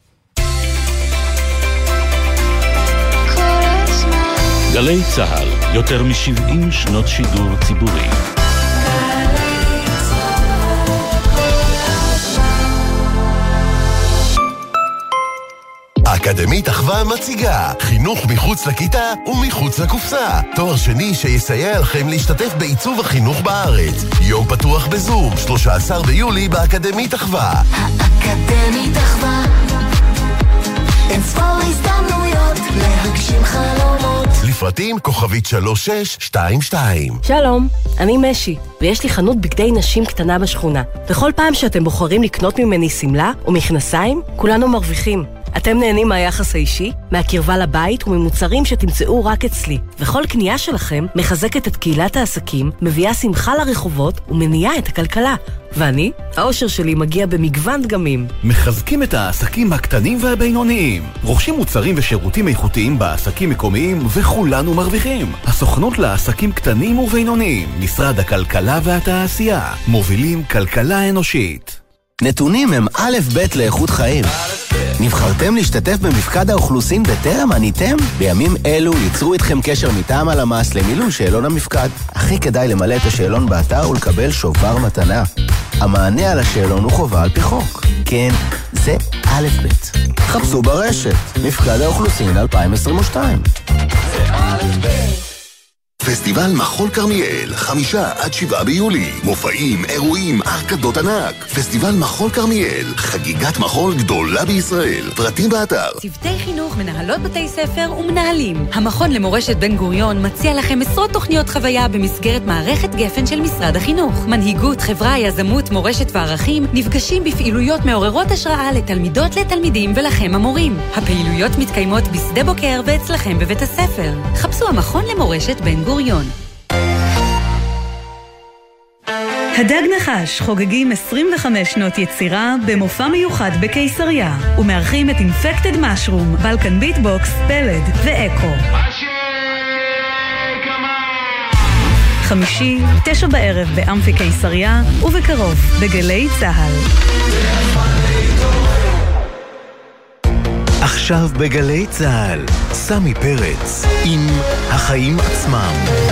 גלי צהל, יותר מ-70 שנות שידור ציבורי. אקדמית אחווה מציגה חינוך מחוץ לכיתה ומחוץ לקופסה. תואר שני שיסייע לכם להשתתף בעיצוב החינוך בארץ. יום פתוח בזום, 13 ביולי באקדמית אחווה. האקדמית אחווה, אין ספור הזדמנויות להגשים חלומות. לפרטים כוכבית 3622. שלום, אני משי, ויש לי חנות בגדי נשים קטנה בשכונה. וכל פעם שאתם בוחרים לקנות ממני סמלה או מכנסיים, כולנו מרוויחים. אתם נהנים מהיחס האישי, מהקרבה לבית וממוצרים שתמצאו רק אצלי. וכל קנייה שלכם מחזקת את קהילת העסקים, מביאה שמחה לרחובות ומניעה את הכלכלה. ואני, האושר שלי מגיע במגוון דגמים. מחזקים את העסקים הקטנים והבינוניים. רוכשים מוצרים ושירותים איכותיים בעסקים מקומיים וכולנו מרוויחים. הסוכנות לעסקים קטנים ובינוניים, משרד הכלכלה והתעשייה, מובילים כלכלה אנושית. נתונים הם א' ב' לאיכות חיים. נבחרתם להשתתף במפקד האוכלוסין בטרם עניתם? בימים אלו ייצרו איתכם קשר מטעם הלמ"ס למילוי שאלון המפקד. הכי כדאי למלא את השאלון באתר ולקבל שובר מתנה. המענה על השאלון הוא חובה על פי חוק. כן, זה א' ב'. חפשו ברשת, מפקד האוכלוסין 2022. זה א' ב'. פסטיבל מחול כרמיאל, 5-7 ביולי. מופעים, אירועים, הרקדות ענק. פסטיבל מחול כרמיאל, חגיגת מחול גדולה בישראל. פרטים באתר. צוותי חינוך, מנהלות בתי ספר ומנהלים. המכון למורשת בן גוריון מציע לכם עשרות תוכניות חוויה במסגרת מערכת גפן של משרד החינוך. מנהיגות, חברה, יזמות, מורשת וערכים נפגשים בפעילויות מעוררות השראה לתלמידות, לתלמידים ולכם המורים. הפעילויות מתקיימות בשדה בוקר ואצלכם בבית הספר. חפשו המכון למורשת בן גוריון. הדג נחש חוגגים 25 שנות יצירה במופע מיוחד בקיסריה ומארחים את אינפקטד משרום, בלקן ביטבוקס, פלד ואקו. חמישי, 9 בערב באמפי קיסריה ובקרוב בגלי צהל. עכשיו בגלי צהל, סמי פרץ עם החיים עצמם.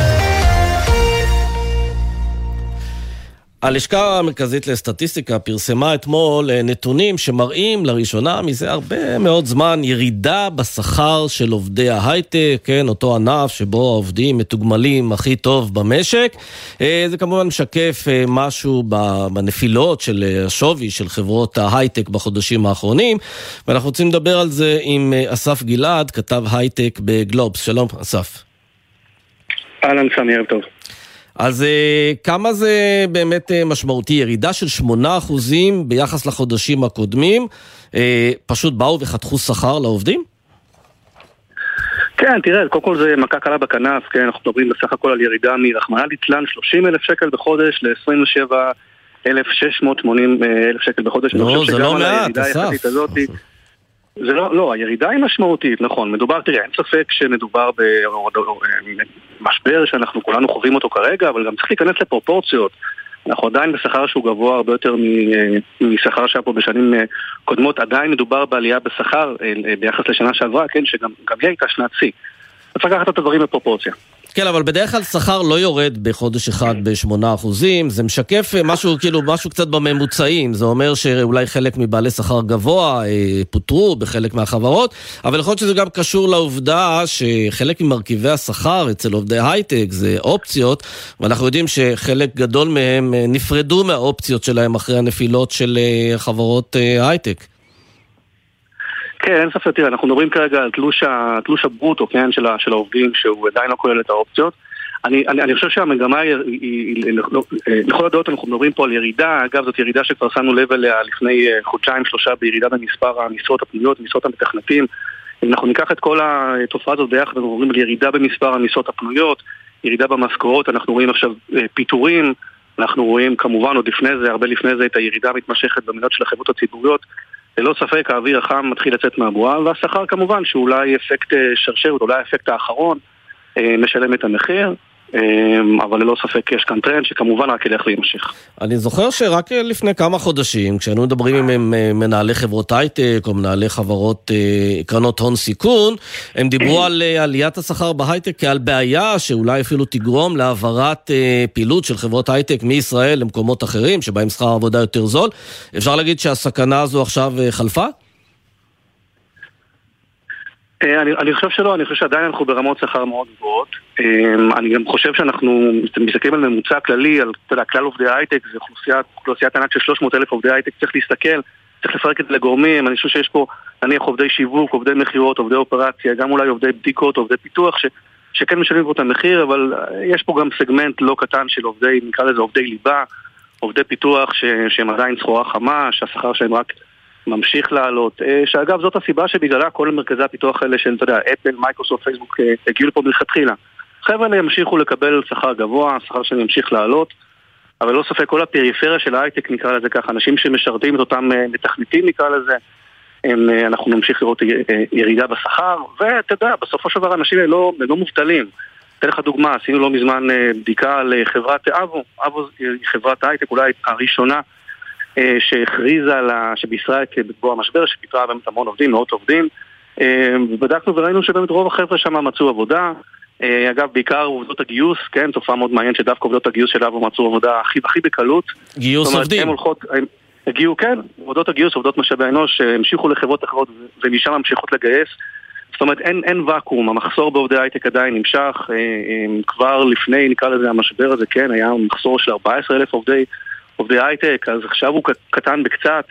הלשכה המרכזית לסטטיסטיקה פרסמה אתמול נתונים שמראים לראשונה מזה הרבה מאוד זמן ירידה בשכר של עובדי ההייטק, כן, אותו ענף שבו העובדים מתוגמלים הכי טוב במשק. זה כמובן משקף משהו בנפילות של השווי של חברות ההייטק בחודשים האחרונים, ואנחנו רוצים לדבר על זה עם אסף גלעד, כתב הייטק בגלובס. שלום אסף. אהלן סמי, ערב טוב. אז כמה זה באמת משמעותי? ירידה של 8% ביחס לחודשים הקודמים, פשוט באו וחתכו שכר לעובדים? כן, תראה, קודם כל זה מכה קלה בכנף, כן, אנחנו מדברים בסך הכל על ירידה מרחמנא ליצלן 30,000 שקל בחודש ל-27,680,000 שקל בחודש. לא, זה לא מעט, אסף. זה לא, הירידה היא משמעותית, נכון, מדובר, תראה, אין ספק שמדובר במשבר שאנחנו כולנו חווים אותו כרגע, אבל גם צריך להיכנס לפרופורציות. אנחנו עדיין בשכר שהוא גבוה הרבה יותר משכר שהיה פה בשנים קודמות, עדיין מדובר בעלייה בשכר ביחס לשנה שעברה, כן, שגם היא הייתה שנת שיא. צריך לקחת את הדברים בפרופורציה. כן, אבל בדרך כלל שכר לא יורד בחודש אחד ב8%, זה משקף משהו, כאילו, משהו קצת בממוצעים, זה אומר שאולי חלק מבעלי שכר גבוה פוטרו בחלק מהחברות, אבל יכול להיות שזה גם קשור לעובדה שחלק ממרכיבי השכר אצל עובדי הייטק זה אופציות, ואנחנו יודעים שחלק גדול מהם נפרדו מהאופציות שלהם אחרי הנפילות של חברות הייטק. כן, אין ספק, תראה, אנחנו מדברים כרגע על תלוש הברוטו, כן, של העובדים, שהוא עדיין לא כולל את האופציות. אני חושב שהמגמה היא, לכל הדעות אנחנו מדברים פה על ירידה, אגב, זאת ירידה שכבר שמנו לב אליה לפני חודשיים-שלושה בירידה במספר המשרות הפנויות, משרות המתכנתים. אם אנחנו ניקח את כל התופעה הזאת ביחד, אנחנו מדברים על ירידה במספר המשרות הפנויות, ירידה במשכורות, אנחנו רואים עכשיו פיטורים, אנחנו רואים כמובן עוד לפני זה, הרבה לפני זה, את הירידה המתמשכת במניות של החברות הציבוריות. ללא ספק האוויר החם מתחיל לצאת מהבועה, והשכר כמובן שאולי אפקט שרשרת, אולי האפקט האחרון משלם את המחיר, אבל ללא ספק יש כאן טרנד שכמובן רק ילך להימשך. אני זוכר שרק לפני כמה חודשים, כשאנו מדברים עם מנהלי חברות הייטק או מנהלי חברות קרנות הון סיכון, הם דיברו על עליית השכר בהייטק כעל בעיה שאולי אפילו תגרום להעברת פעילות של חברות הייטק מישראל למקומות אחרים, שבהם שכר עבודה יותר זול. אפשר להגיד שהסכנה הזו עכשיו חלפה? אני חושב שלא, אני חושב שעדיין אנחנו ברמות שכר מאוד גבוהות. אני גם חושב שאנחנו מסתכלים על ממוצע כללי, על כלל עובדי ההייטק, זה אוכלוסיית ענק של 300,000 עובדי הייטק, צריך להסתכל, צריך לפרק את זה לגורמים. אני חושב שיש פה נניח עובדי שיווק, עובדי מחירות, עובדי אופרציה, גם אולי עובדי בדיקות, עובדי פיתוח, שכן משלמים פה את המחיר, אבל יש פה גם סגמנט לא קטן של עובדי, נקרא לזה עובדי ליבה, עובדי פיתוח שהם עדיין סחורה חמה, שהשכר שלהם רק ממשיך לעלות, שאגב זאת הסיבה שבגללה כל מרכזי הפיתוח האלה של, אתה יודע, אפל, מייקרוסופט, פייסבוק, הגיעו לפה מלכתחילה. חבר'ה האלה ימשיכו לקבל שכר גבוה, שכר שלהם ימשיך לעלות, אבל לא ספק כל הפריפריה של ההייטק נקרא לזה ככה, אנשים שמשרתים את אותם מתכנתים נקרא לזה, אנחנו נמשיך לראות ירידה בשכר, ואתה יודע, בסופו של דבר אנשים לא מובטלים. אתן לך דוגמה, עשינו לא מזמן בדיקה לחברת אבו היא חברת ההייטק אולי הראשונה שהכריזה שבישראל כבוא המשבר, שפיתרה באמת המון עובדים, מאות עובדים, ובדקנו וראינו שבאמת רוב החבר'ה שם מצאו עבודה, אגב בעיקר עובדות הגיוס, כן, תופעה מאוד מעניינת שדווקא עובדות הגיוס של אבו מצאו עבודה הכי בקלות. גיוס עובדים. הגיעו, כן, עובדות הגיוס, עובדות משאבי האנוש, המשיכו לחברות אחרות ומשם ממשיכות לגייס. זאת אומרת, אין ואקום, המחסור בעובדי הייטק עדיין נמשך, כבר לפני, נקרא לזה המשבר הזה, כן, היה מחסור של 14,000 עובדי הייטק, אז עכשיו הוא קטן בקצת,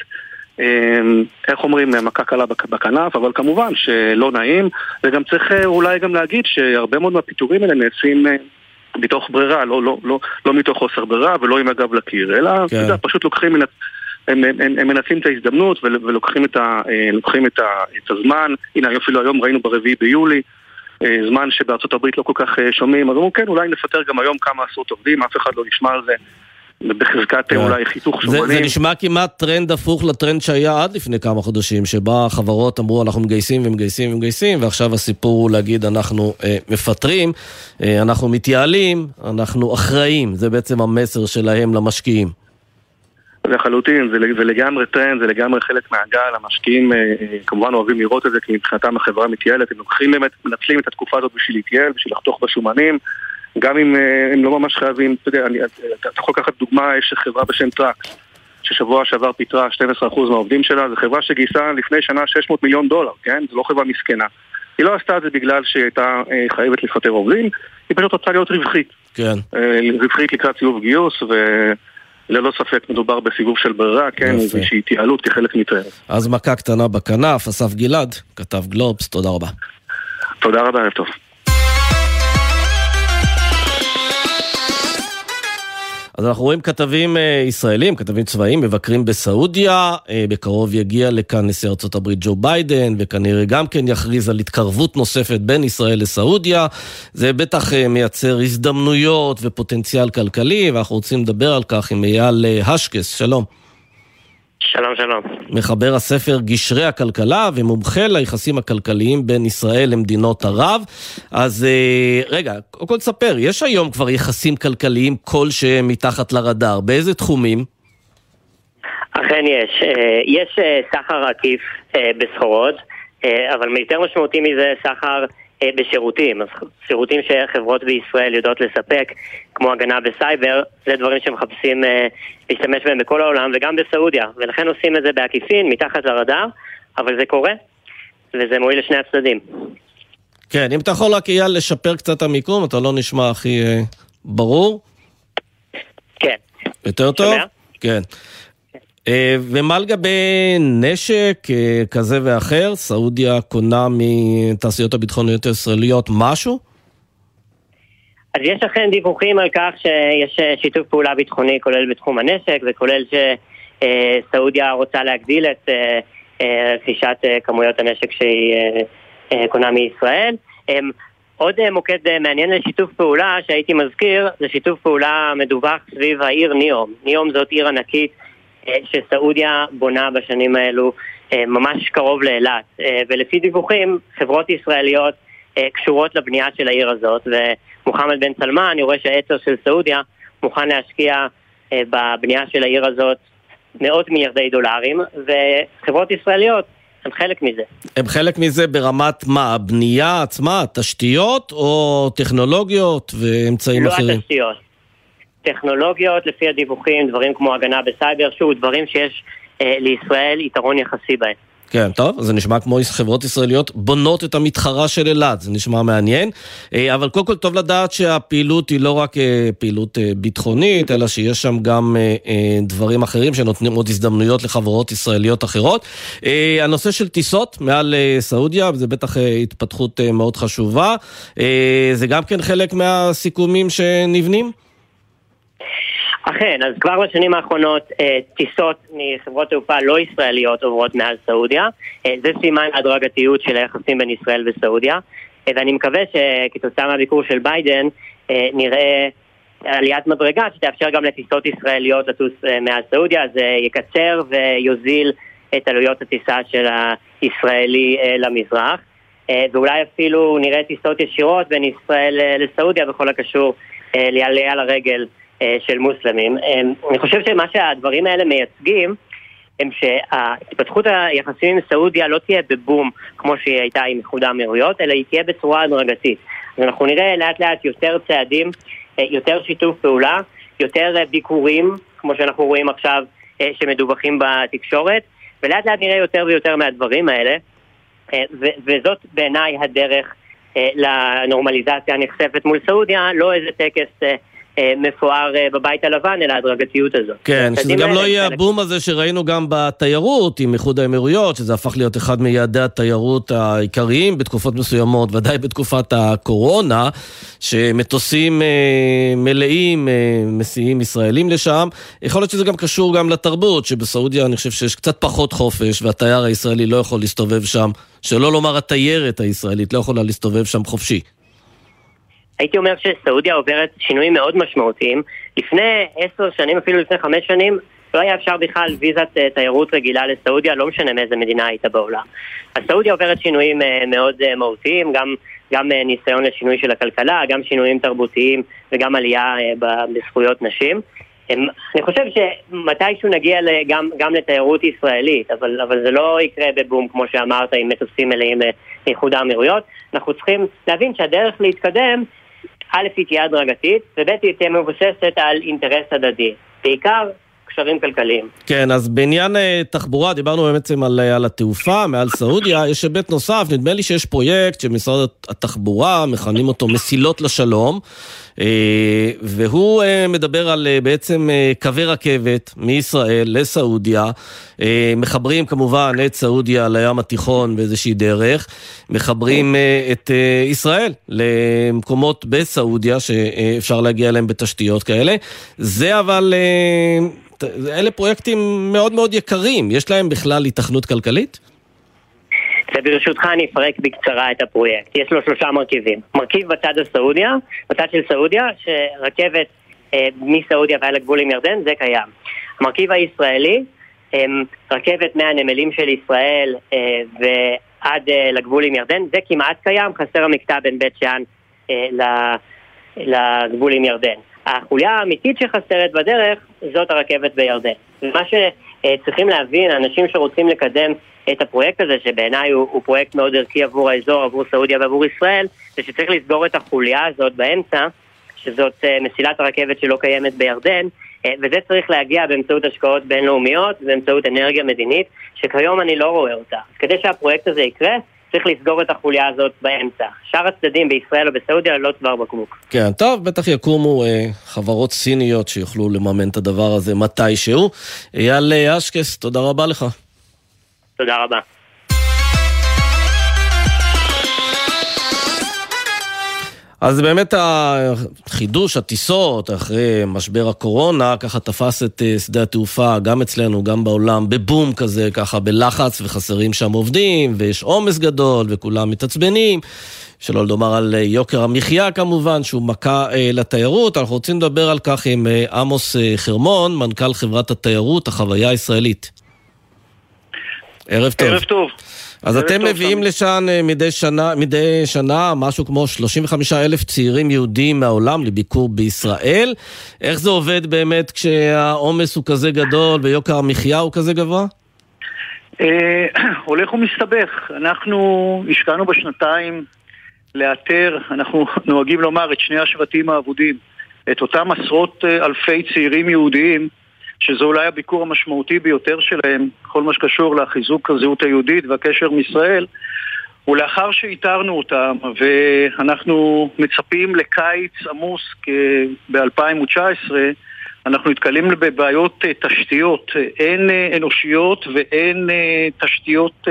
איך אומרים, מכה קלה בכנף, אבל כמובן שלא נעים, וגם צריך אולי גם להגיד שהרבה מאוד מהפיתורים האלה נעשים מתוך ברירה, לא מתוך חוסר ברירה, ולא עם הגב לקיר, אלא פשוט לוקחים הם מנסים את ההזדמנות ולוקחים את הזמן. הנה אפילו היום ראינו ברביעי ביולי זמן שבארצות הברית לא כל כך שומעים, אז אמרו כן, אולי נפטר גם היום כמה עשרות עובדים, אף אחד לא נשמע על זה בחזקת אולי חיתוך שומנים. זה נשמע כמעט טרנד הפוך לטרנד שהיה עד לפני כמה חודשים, שבה החברות אמרו אנחנו מגייסים, ועכשיו הסיפור הוא להגיד אנחנו מפטרים, אנחנו מתייעלים, אנחנו אחראים. זה בעצם המסר שלהם למשקיעים. זה חלוטין, זה לגמרי טרנד, זה לגמרי חלק מהגל. המשקיעים כמובן אוהבים לראות את זה, כי מבחינתם החברה מתייעלת, הם לוקחים באמת, מנצלים את התקופה הזאת בשביל להתייעל, בשביל לחתוך בשומנים, גם אם הם לא ממש חייבים. אתה יודע, אתה יכול לקחת דוגמה, יש חברה בשם טראקס, ששבוע שעבר פיתרה 12% מהעובדים שלה, זו חברה שגייסה לפני שנה $600 מיליון, כן? זו לא חברה מסכנה. היא לא עשתה את זה בגלל שהיא הייתה חייבת לפטר עובדים, היא פשוט רוצה להיות רווחית. כן. רווחית לקראת סיבוב גיוס, ללא ספק מדובר בסיבוב של ברירה, כן, איזושהי התייעלות כחלק מטרנד. אז מכה קטנה בכנף, אסף גלעד, כתב גלובס, תודה רבה. תודה רבה, ערב טוב. אז אנחנו רואים כתבים ישראלים, כתבים צבאיים, מבקרים בסעודיה, בקרוב יגיע לכאן נשיא ארצות הברית ג'ו ביידן, וכנראה גם כן יכריז על התקרבות נוספת בין ישראל לסעודיה. זה בטח מייצר הזדמנויות ופוטנציאל כלכלי, ואנחנו רוצים לדבר על כך עם אייל השקס. שלום. שלום, שלום. מחבר הספר גשרי הכלכלה ומומחה ליחסים הכלכליים בין ישראל למדינות ערב. אז רגע, קודם תספר, יש היום כבר יחסים כלכליים כלשהם מתחת לרדאר, באיזה תחומים? אכן יש. יש סחר עקיף בסחורות, אבל יותר משמעותי מזה סחר בשירותים. שירותים שחברות בישראל יודעות לספק, כמו הגנה בסייבר, זה דברים שמחפשים להשתמש בהם בכל העולם וגם בסעודיה, ולכן עושים את זה בעקיפין, מתחת לרדאר, אבל זה קורה, וזה מועיל לשני הצדדים. כן, אם אתה יכול רק אייל לשפר קצת המיקום, אתה לא נשמע הכי ברור? כן. יותר טוב? כן. ומה לגבי נשק כזה ואחר? סעודיה קונה מתעשיות הביטחוניות הישראליות משהו? אז יש אכן דיווחים על כך שיש שיתוף פעולה ביטחוני כולל בתחום הנשק, וכולל שסעודיה רוצה להגדיל את רכישת כמויות הנשק שהיא קונה מישראל. עוד מוקד מעניין לשיתוף פעולה שהייתי מזכיר, זה שיתוף פעולה מדווח סביב העיר ניאום. ניאום זאת עיר ענקית שסעודיה בונה בשנים האלו ממש קרוב לאילת, ולפי דיווחים חברות ישראליות קשורות לבנייה של העיר הזאת, ומוחמד בן סלמן יורש העצר של סעודיה מוכן להשקיע בבנייה של העיר הזאת מאות מיליארדי דולרים, וחברות ישראליות הן חלק מזה. הן חלק מזה ברמת מה? הבנייה עצמה, תשתיות או טכנולוגיות ואמצעים אחרים? לא התשתיות. טכנולוגיות, לפי הדיווחים, דברים כמו הגנה בסייבר, שוב, דברים שיש לישראל יתרון יחסי בהם. כן, טוב, זה נשמע כמו חברות ישראליות בונות את המתחרה של אלעד, זה נשמע מעניין, אבל קודם כל טוב לדעת שהפעילות היא לא רק פעילות ביטחונית, אלא שיש שם גם דברים אחרים שנותנים עוד הזדמנויות לחברות ישראליות אחרות. הנושא של טיסות מעל סעודיה, זה בטח התפתחות מאוד חשובה, זה גם כן חלק מהסיכומים שנבנים? אכן, אז כבר בשנים האחרונות טיסות מחברות תעופה לא ישראליות עוברות מעל סעודיה. זה סימן הדרגתיות של היחסים בין ישראל וסעודיה, ואני מקווה שכתוצאה מהביקור של ביידן נראה עליית מדרגה שתאפשר גם לטיסות ישראליות לטוס מעל סעודיה. זה יקצר ויוזיל את עלויות הטיסה של הישראלי למזרח, ואולי אפילו נראה טיסות ישירות בין ישראל לסעודיה בכל הקשור לעלייה לרגל של מוסלמים. אני חושב שמה שהדברים האלה מייצגים הם שהתפתחות היחסים עם סעודיה לא תהיה בבום כמו שהיא הייתה עם איחוד האמירויות, אלא היא תהיה בצורה הדרגתית. אז אנחנו נראה לאט לאט יותר צעדים, יותר שיתוף פעולה, יותר ביקורים כמו שאנחנו רואים עכשיו שמדווחים בתקשורת, ולאט לאט נראה יותר ויותר מהדברים האלה, וזאת בעיניי הדרך לנורמליזציה הנחשפת מול סעודיה, לא איזה טקס מפואר בבית הלבן, אלא הדרגתיות הזאת. כן, שזה גם לא יהיה הבום הזה שראינו גם בתיירות עם איחוד האמירויות, שזה הפך להיות אחד מיעדי התיירות העיקריים בתקופות מסוימות, ודאי בתקופת הקורונה, שמטוסים מלאים מסיעים ישראלים לשם. יכול להיות שזה גם קשור גם לתרבות, שבסעודיה אני חושב שיש קצת פחות חופש, והתייר הישראלי לא יכול להסתובב שם, שלא לומר התיירת הישראלית לא יכולה להסתובב שם חופשי. הייתי אומר שסעודיה עוברת שינויים מאוד משמעותיים. לפני 10 שנים, אפילו לפני 5 שנים, לא היה אפשר בכלל ויזת תיירות רגילה לסעודיה, לא משנה מאיזה מדינה הייתה בעולם. אז סעודיה עוברת שינויים מאוד מהותיים, גם ניסיון לשינוי של הכלכלה, גם שינויים תרבותיים וגם עלייה בזכויות נשים. אני חושב שמתישהו נגיע גם לתיירות ישראלית, אבל זה לא יקרה בבום, כמו שאמרת, עם מטוסים מלאים לאיחוד האמירויות. אנחנו צריכים להבין שהדרך להתקדם, א' היא תהיה הדרגתית, וב' היא תהיה מבוססת על אינטרס הדדי, בעיקר קשרים כלכליים. כן, אז בעניין תחבורה, דיברנו בעצם על התעופה מעל סעודיה, יש היבט נוסף, נדמה לי שיש פרויקט שמשרד התחבורה, מכנים אותו מסילות לשלום, והוא מדבר על בעצם קווי רכבת מישראל לסעודיה, מחברים כמובן את סעודיה לים התיכון באיזושהי דרך, מחברים את ישראל למקומות בסעודיה שאפשר להגיע אליהם בתשתיות כאלה. זה אבל אלה פרויקטים מאוד מאוד יקרים, יש להם בכלל התכנות כלכלית? וברשותך אני אפרק בקצרה את הפרויקט. יש לו 3 מרכיבים. מרכיב בצד של סעודיה, שרכבת מסעודיה ועל הגבול עם ירדן, זה קיים. המרכיב הישראלי, רכבת מהנמלים של ישראל ועד לגבול עם ירדן, זה כמעט קיים, חסר המקטע בין בית שאן לגבול עם ירדן. החוליה האמיתית שחסרת בדרך, זאת הרכבת בירדן. ומה שצריכים להבין, אנשים שרוצים לקדם את הפרויקט הזה, שבעיניי הוא פרויקט מאוד ערכי עבור האזור, עבור סעודיה ועבור ישראל, זה שצריך לסגור את החוליה הזאת באמצע, שזאת מסילת הרכבת שלא קיימת בירדן, וזה צריך להגיע באמצעות השקעות בינלאומיות, באמצעות אנרגיה מדינית, שכיום אני לא רואה אותה. כדי שהפרויקט הזה יקרה, צריך לסגור את החוליה הזאת באמצע. שאר הצדדים בישראל או בסעודיה לא צוואר בקבוק. כן, טוב, בטח יקומו חברות סיניות שיוכלו לממן את הדבר הזה מתישהו. אייל אשקס, תודה רבה לך. תודה רבה. אז באמת החידוש, הטיסות, אחרי משבר הקורונה, ככה תפס את שדה התעופה, גם אצלנו, גם בעולם, בבום כזה, ככה בלחץ, וחסרים שם עובדים, ויש עומס גדול, וכולם מתעצבנים, שלא לדבר על יוקר המחיה כמובן, שהוא מכה לתיירות. אנחנו רוצים לדבר על כך עם עמוס חרמון, מנכ"ל חברת התיירות, החוויה הישראלית. ערב טוב. ערב טוב. אז אתם מביאים לשם מדי שנה משהו כמו 35,000 צעירים יהודים מהעולם לביקור בישראל. איך זה עובד באמת כשהעומס הוא כזה גדול ויוקר המחיה הוא כזה גבוה? הולך ומסתבך. אנחנו השקענו בשנתיים לאתר, אנחנו נוהגים לומר, את שני השבטים האבודים, את אותם עשרות אלפי צעירים יהודיים שזה אולי הביקור המשמעותי ביותר שלהם, כל מה שקשור לחיזוק הזהות היהודית והקשר עם ישראל, ולאחר שאיתרנו אותם, ואנחנו מצפים לקיץ עמוס ב-2019, אנחנו נתקלים בבעיות תשתיות, אין אנושיות ואין תשתיות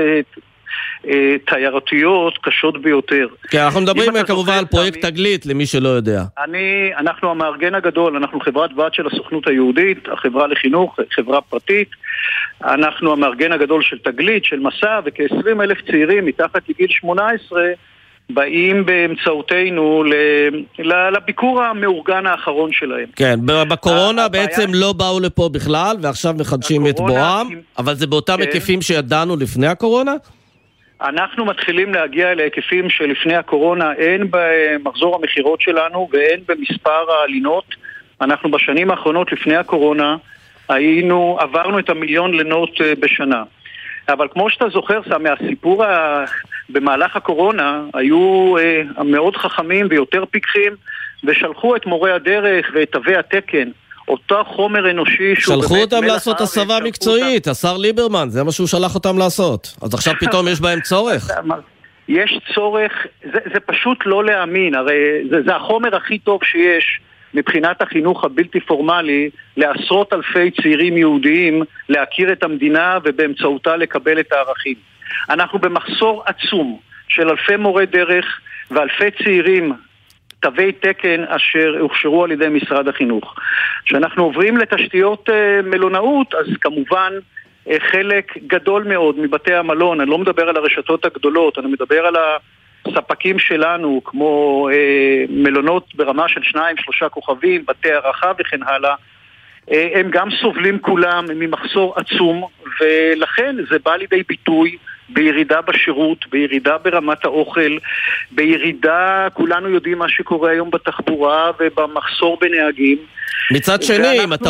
תיירותיות קשות ביותר. כן, אנחנו מדברים כמובן על פרויקט תגלית, למי שלא יודע. אנחנו המארגן הגדול, אנחנו חברת בת של הסוכנות היהודית, החברה לחינוך, חברה פרטית, אנחנו המארגן הגדול של תגלית, של מסע, וכ-20,000 צעירים מתחת לגיל 18 באים באמצעותנו לביקור המאורגן האחרון שלהם. כן, בקורונה בעצם לא באו לפה בכלל, ועכשיו מחדשים את בואם, אבל זה באותם היקפים שידענו לפני הקורונה? אנחנו מתחילים להגיע להיקפים שלפני הקורונה, אין במחזור המחירות שלנו ואין במספר העלינות. אנחנו בשנים האחרונות לפני הקורונה עברנו את 1,000,000 לינות בשנה. אבל כמו שאתה זוכר, סמי, הסיפור במהלך הקורונה היו מאוד חכמים ויותר פיקחים, ושלחו את מורי הדרך ואת תווי התקן, אותו חומר אנושי שלחו אותם לעשות הסבה מקצועית, השר ליברמן, זה מה שהוא שלח אותם לעשות. אז עכשיו פתאום יש בהם צורך. יש צורך, זה פשוט לא להאמין, הרי זה החומר הכי טוב שיש מבחינת החינוך הבלתי פורמלי לעשרות אלפי צעירים יהודיים להכיר את המדינה ובאמצעותה לקבל את הערכים. אנחנו במחסור עצום של אלפי מורי דרך ואלפי צעירים תווי תקן אשר הוכשרו על ידי משרד החינוך. כשאנחנו עוברים לתשתיות מלונאות, אז כמובן חלק גדול מאוד מבתי המלון, אני לא מדבר על הרשתות הגדולות, אני מדבר על הספקים שלנו, כמו מלונות ברמה של 2-3 כוכבים, בתי הערכה וכן הלאה, הם גם סובלים כולם ממחסור עצום, ולכן זה בא לידי ביטוי בירידה בשירות, בירידה ברמת האוכל, בירידה, כולנו יודעים מה שקורה היום בתחבורה ובמחסור בנהגים. מצד שני, אם אתה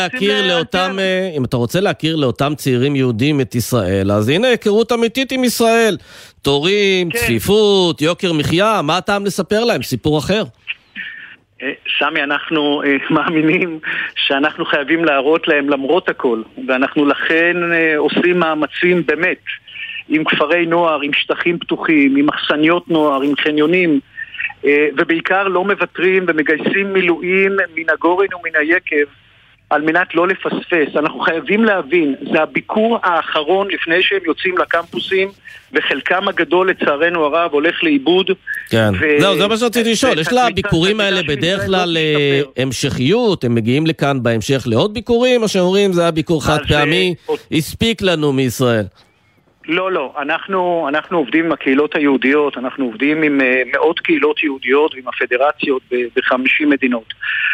רוצה להכיר לאותם צעירים יהודים את ישראל, אז הנה היכרות אמיתית עם ישראל. תורים, צפיפות, יוקר מחיה, מה הטעם לספר להם? סיפור אחר. סמי, אנחנו מאמינים שאנחנו חייבים להראות להם למרות הכל, ואנחנו לכן עושים מאמצים באמת עם כפרי נוער, עם שטחים פתוחים, עם מחסניות נוער, עם חניונים, ובעיקר לא מוותרים ומגייסים מילואים מן הגורן ומן היקב על מנת לא לפספס. אנחנו חייבים להבין, זה הביקור האחרון לפני שהם יוצאים לקמפוסים, וחלקם הגדול לצערנו הרב הולך לאיבוד. כן, זהו, זה מה שרציתי לשאול. יש לה הביקורים האלה בדרך כלל המשכיות, הם מגיעים לכאן בהמשך לעוד ביקורים, מה שאומרים זה הביקור חד פעמי, הספיק לנו מישראל. לא, אנחנו עובדים עם הקהילות היהודיות, אנחנו עובדים עם מאות קהילות יהודיות ועם הפדרציות ב-50 מדינות.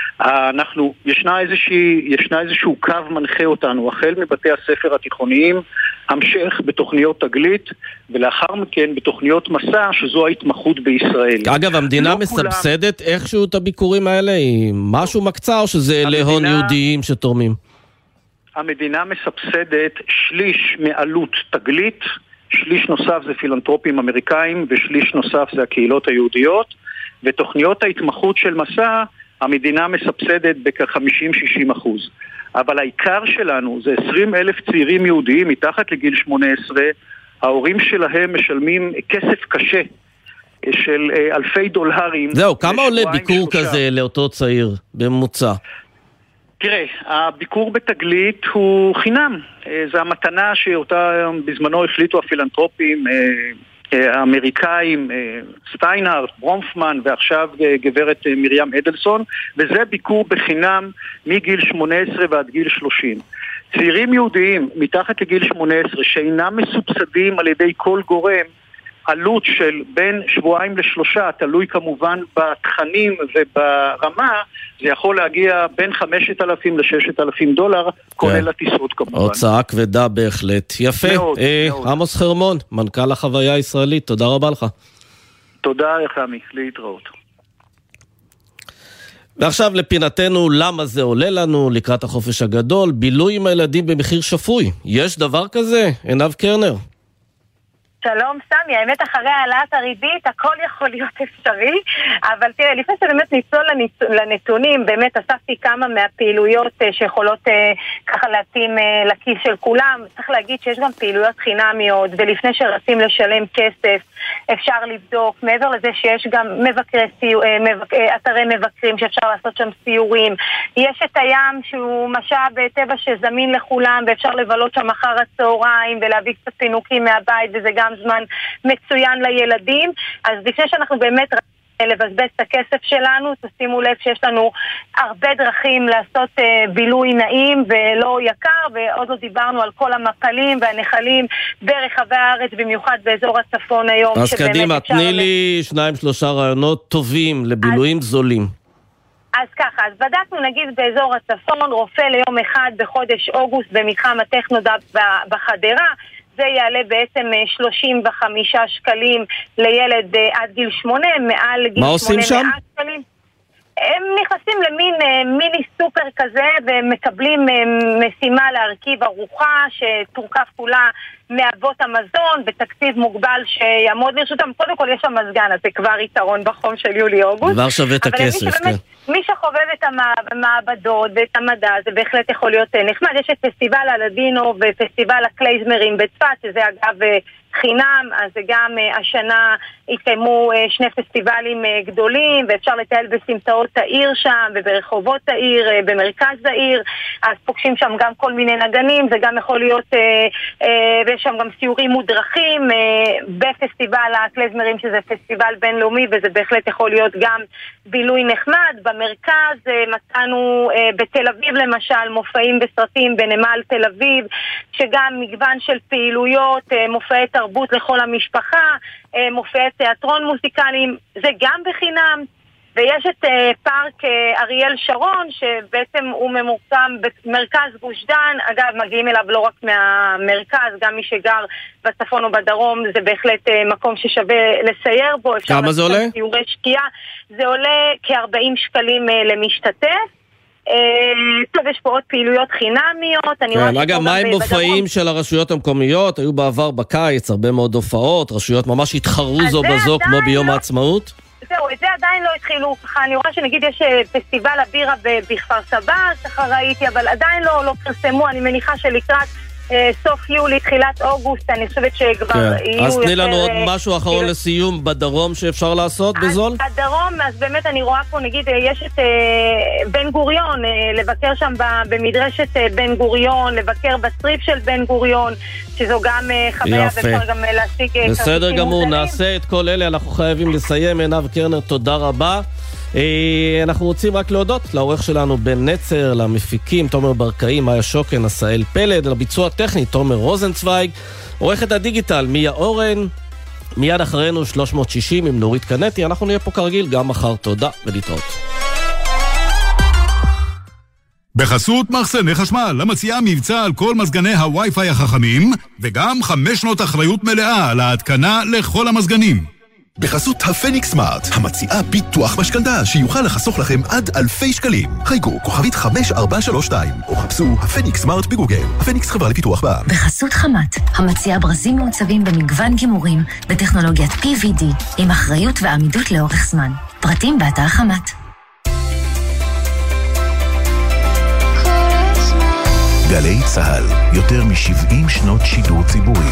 ישנה איזשהו קו מנחה אותנו, החל מבתי הספר התיכוניים, המשך בתוכניות תגלית, ולאחר מכן בתוכניות מסע, שזו ההתמחות בישראל. אגב, המדינה מסבסדת איכשהו את הביקורים האלה? היא משהו מקצה או שזה להון יהודיים שתורמים? המדינה מסבסדת שליש מעלות תגלית, שליש נוסף זה פילנטרופים אמריקאים, ושליש נוסף זה הקהילות היהודיות, ותוכניות ההתמחות של מסע, המדינה מסבסדת בכ-50-60%. אבל העיקר שלנו זה 20,000 צעירים יהודיים מתחת לגיל 18, ההורים שלהם משלמים כסף קשה של אלפי דולרים. זהו, כמה עולה ביקור כזה לאותו צעיר בממוצע? תראה, הביקור בתגלית הוא חינם. זו המתנה שאותה בזמנו החליטו הפילנטרופים האמריקאים, סטיינהרט, ברומפמן ועכשיו גברת מרים אדלסון, וזה ביקור בחינם מגיל 18 ועד גיל 30. צעירים יהודיים מתחת לגיל 18 שאינם מסובסדים על ידי כל גורם, עלות של בין 2 ל3, תלוי כמובן בתכנים וברמה, זה יכול להגיע בין 5,000 ל6,000 דולר, כולל הטיסות כמובן. הוצאה כבדה בהחלט. יפה. מאוד. עמוס חרמון, מנכ"ל החוויה הישראלית, תודה רבה לך. תודה יחמי, להתראות. ועכשיו לפינתנו, למה זה עולה לנו לקראת החופש הגדול, בילוי עם הילדים במחיר שפוי. יש דבר כזה? עינב קרנר. שלום סמי, האמת אחרי העלאת הריבית הכל יכול להיות אפשרי, אבל תראה, לפני שבאמת ניצול לנתונים, באמת אספתי כמה מהפעילויות שיכולות ככה להתאים לכיס של כולם. צריך להגיד שיש גם פעילויות חינמיות, ולפני שרצים לשלם כסף אפשר לבדוק, מעבר לזה שיש גם אתרי מבקרים שאפשר לעשות שם סיורים, יש את הים שהוא משאב טבע שזמין לכולם ואפשר לבלות שם אחר הצהריים ולהביא קצת פינוקים מהבית, וזה גם זמן מצוין לילדים. אז לפני שאנחנו באמת לבזבז את הכסף שלנו, תשימו לב שיש לנו הרבה דרכים לעשות בילוי נעים ולא יקר, ועוד לא דיברנו על כל המפלים והנחלים ברחבי הארץ, במיוחד באזור הצפון היום. אז קדימה, תני לי 2-3 רעיונות טובים לבילויים זולים. אז ככה, אז בדקנו נגיד באזור הצפון, רופא ליום אחד בחודש אוגוסט במתחם הטכנודאפ בחדרה, זה יעלה בעצם 35 שקלים לילד עד גיל 8, מעל גיל 8 מה עושים שם? שקלים. הם נכנסים למין מיני סופר כזה ומקבלים משימה להרכיב ארוחה שתורכב כולה מאבות המזון בתקציב מוגבל שיעמוד לרשותם. קודם כל יש שם מזגן, אז זה כבר יתרון בחום של יולי-אוגוסט. כבר שווה את הכסף, כן. מי שחובב את המעבדות ואת המדע, זה בהחלט יכול להיות נחמד. יש את פסטיבל הלדינו ופסטיבל הקלייזמרים בצפת, שזה אגב חינם, אז גם השנה התקיימו 2 פסטיבלים גדולים, ואפשר לטייל בסמטאות העיר שם, וברחובות העיר, במרכז העיר, אז פוגשים שם גם כל מיני נגנים, זה גם יכול להיות, ויש שם גם סיורים מודרכים, בפסטיבל הקלייזמרים, שזה פסטיבל בינלאומי, וזה בהחלט יכול להיות גם בילוי נחמד. במרכז מצאנו בתל אביב למשל, מופעים בסרטים בנמל תל אביב, שגם מגוון של פעילויות, מופעי תרבות לכל המשפחה, מופעי תיאטרון מוזיקליים, זה גם בחינם. ויש את פארק אריאל שרון, שבעצם הוא ממוקם במרכז גוש דן. אגב, מגיעים אליו לא רק מהמרכז, גם מי שגר בצפון או בדרום, זה בהחלט מקום ששווה לסייר בו. כמה זה עולה? סיורי שקיעה. זה עולה כ-40 שקלים למשתתף. טוב, יש פה עוד פעילויות חינמיות. כן, אגב, מה עם מופעים של הרשויות המקומיות? היו בעבר בקיץ הרבה מאוד הופעות, רשויות ממש התחרו זו בזו כמו ביום העצמאות? זהו, את זה עדיין לא התחילו. אני רואה שנגיד יש פסטיבל הבירה בכפר סבא, ככה ראיתי, אבל עדיין לא פרסמו. אני מניחה שלקראת סוף יולי, תחילת אוגוסט, אני חושבת שכבר יהיו... אז תני לנו עוד משהו אחרון לסיום בדרום שאפשר לעשות בזול? הדרום, אז באמת אני רואה פה, נגיד, יש את בן גוריון, לבקר שם במדרשת בן גוריון, לבקר בצריף של בן גוריון, שזו גם חוויה, ואפשר גם להשיג... בסדר גמור, נעשה את כל אלה, אנחנו חייבים לסיים. עינב קרנר, תודה רבה. אנחנו רוצים רק להודות לעורך שלנו בן נצר, למפיקים תומר ברקאי, מאיה שוקן, עשאל פלד, לביצוע הטכני תומר רוזנצוויג, עורכת הדיגיטל מיה אורן. מיד אחרינו 360 עם נורית קנטי. אנחנו נהיה פה כרגיל גם מחר. תודה ולהתראות. בחסות מחסני חשמל, המציעה מבצע על כל מזגני הווי-פיי החכמים, וגם 5 שנות אחריות מלאה על ההתקנה לכל המזגנים. בחסות הפניקס סמארט, המציעה ביטוח משכנתא שיוכל לחסוך לכם עד אלפי שקלים. חייגו כוכבית 5432 או חפשו הפניקס סמארט בגוגל. הפניקס חברה לפיתוח בע"מ. בחסות חמת, המציעה ברזים מעוצבים במגוון גימורים בטכנולוגיית PVD עם אחריות ועמידות לאורך זמן. פרטים באתר חמת. גלי צהל, יותר מ-70 שנות שידור ציבורי.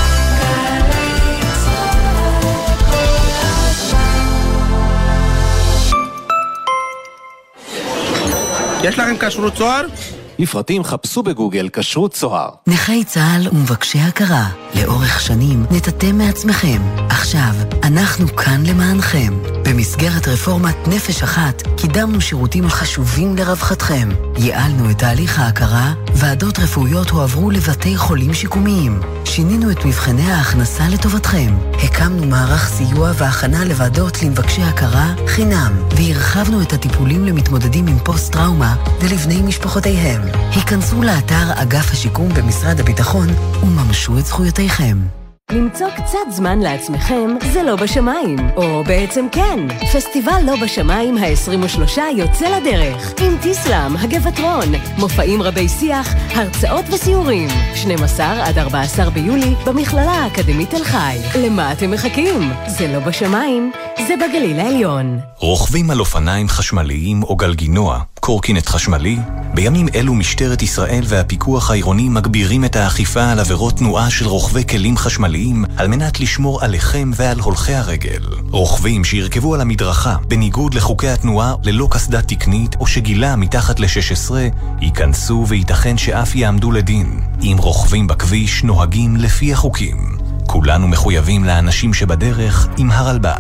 יש לכם כשרות צוהר? לפרטים חפשו בגוגל כשרות צוהר. נכי צה"ל ומבקשי הכרה, לאורך שנים נתתם מעצמכם. עכשיו אנחנו כאן למענכם. במסגרת רפורמת נפש אחת קידמנו שירותים חשובים לרווחתכם. ייעלנו את תהליך ההכרה, ועדות רפואיות הועברו לבתי חולים שיקומיים. שינינו את מבחני ההכנסה לטובתכם. הקמנו מערך סיוע והכנה לוועדות למבקשי הכרה חינם, והרחבנו את הטיפולים למתמודדים עם פוסט-טראומה ולבני משפחותיהם. היכנסו לאתר אגף השיקום במשרד הביטחון וממשו את זכויותיכם. למצוא קצת זמן לעצמכם זה לא בשמיים, או בעצם כן. פסטיבל לא בשמיים ה-23 יוצא לדרך, עם טיסלאם, הגבעתרון, מופעים רבי שיח, הרצאות וסיורים. 12 עד 14 ביולי במכללה האקדמית תל חי. למה אתם מחכים? זה לא בשמיים, זה בגליל העליון. רוכבים על אופניים חשמליים או גלגינוע, קורקינט חשמלי? בימים אלו משטרת ישראל והפיקוח העירוני מגבירים את האכיפה על עבירות תנועה של רוכבי כלים חשמליים על מנת לשמור עליכם ועל הולכי הרגל. רוכבים שירכבו על המדרכה בניגוד לחוקי התנועה ללא קסדה תקנית או שגילה מתחת ל-16 ייכנסו וייתכן שאף יעמדו לדין. אם רוכבים בכביש נוהגים לפי החוקים. כולנו מחויבים לאנשים שבדרך עם הרלב"ד.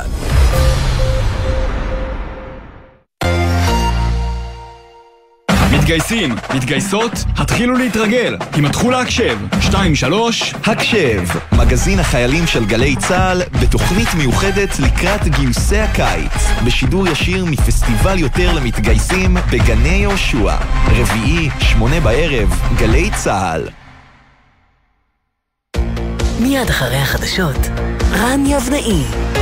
מתגייסים, מתגייסות, התחילו להתרגל. הימתחו להקשב. 2-3, הקשב, מגזין החיילים של גלי צהל בתוכנית מיוחדת לקראת גיוסי הקיץ. בשידור ישיר מפסטיבל יותר למתגייסים בגני יהושע. רביעי, 8:00, גלי צהל. מיד אחרי החדשות, רן יבנאי.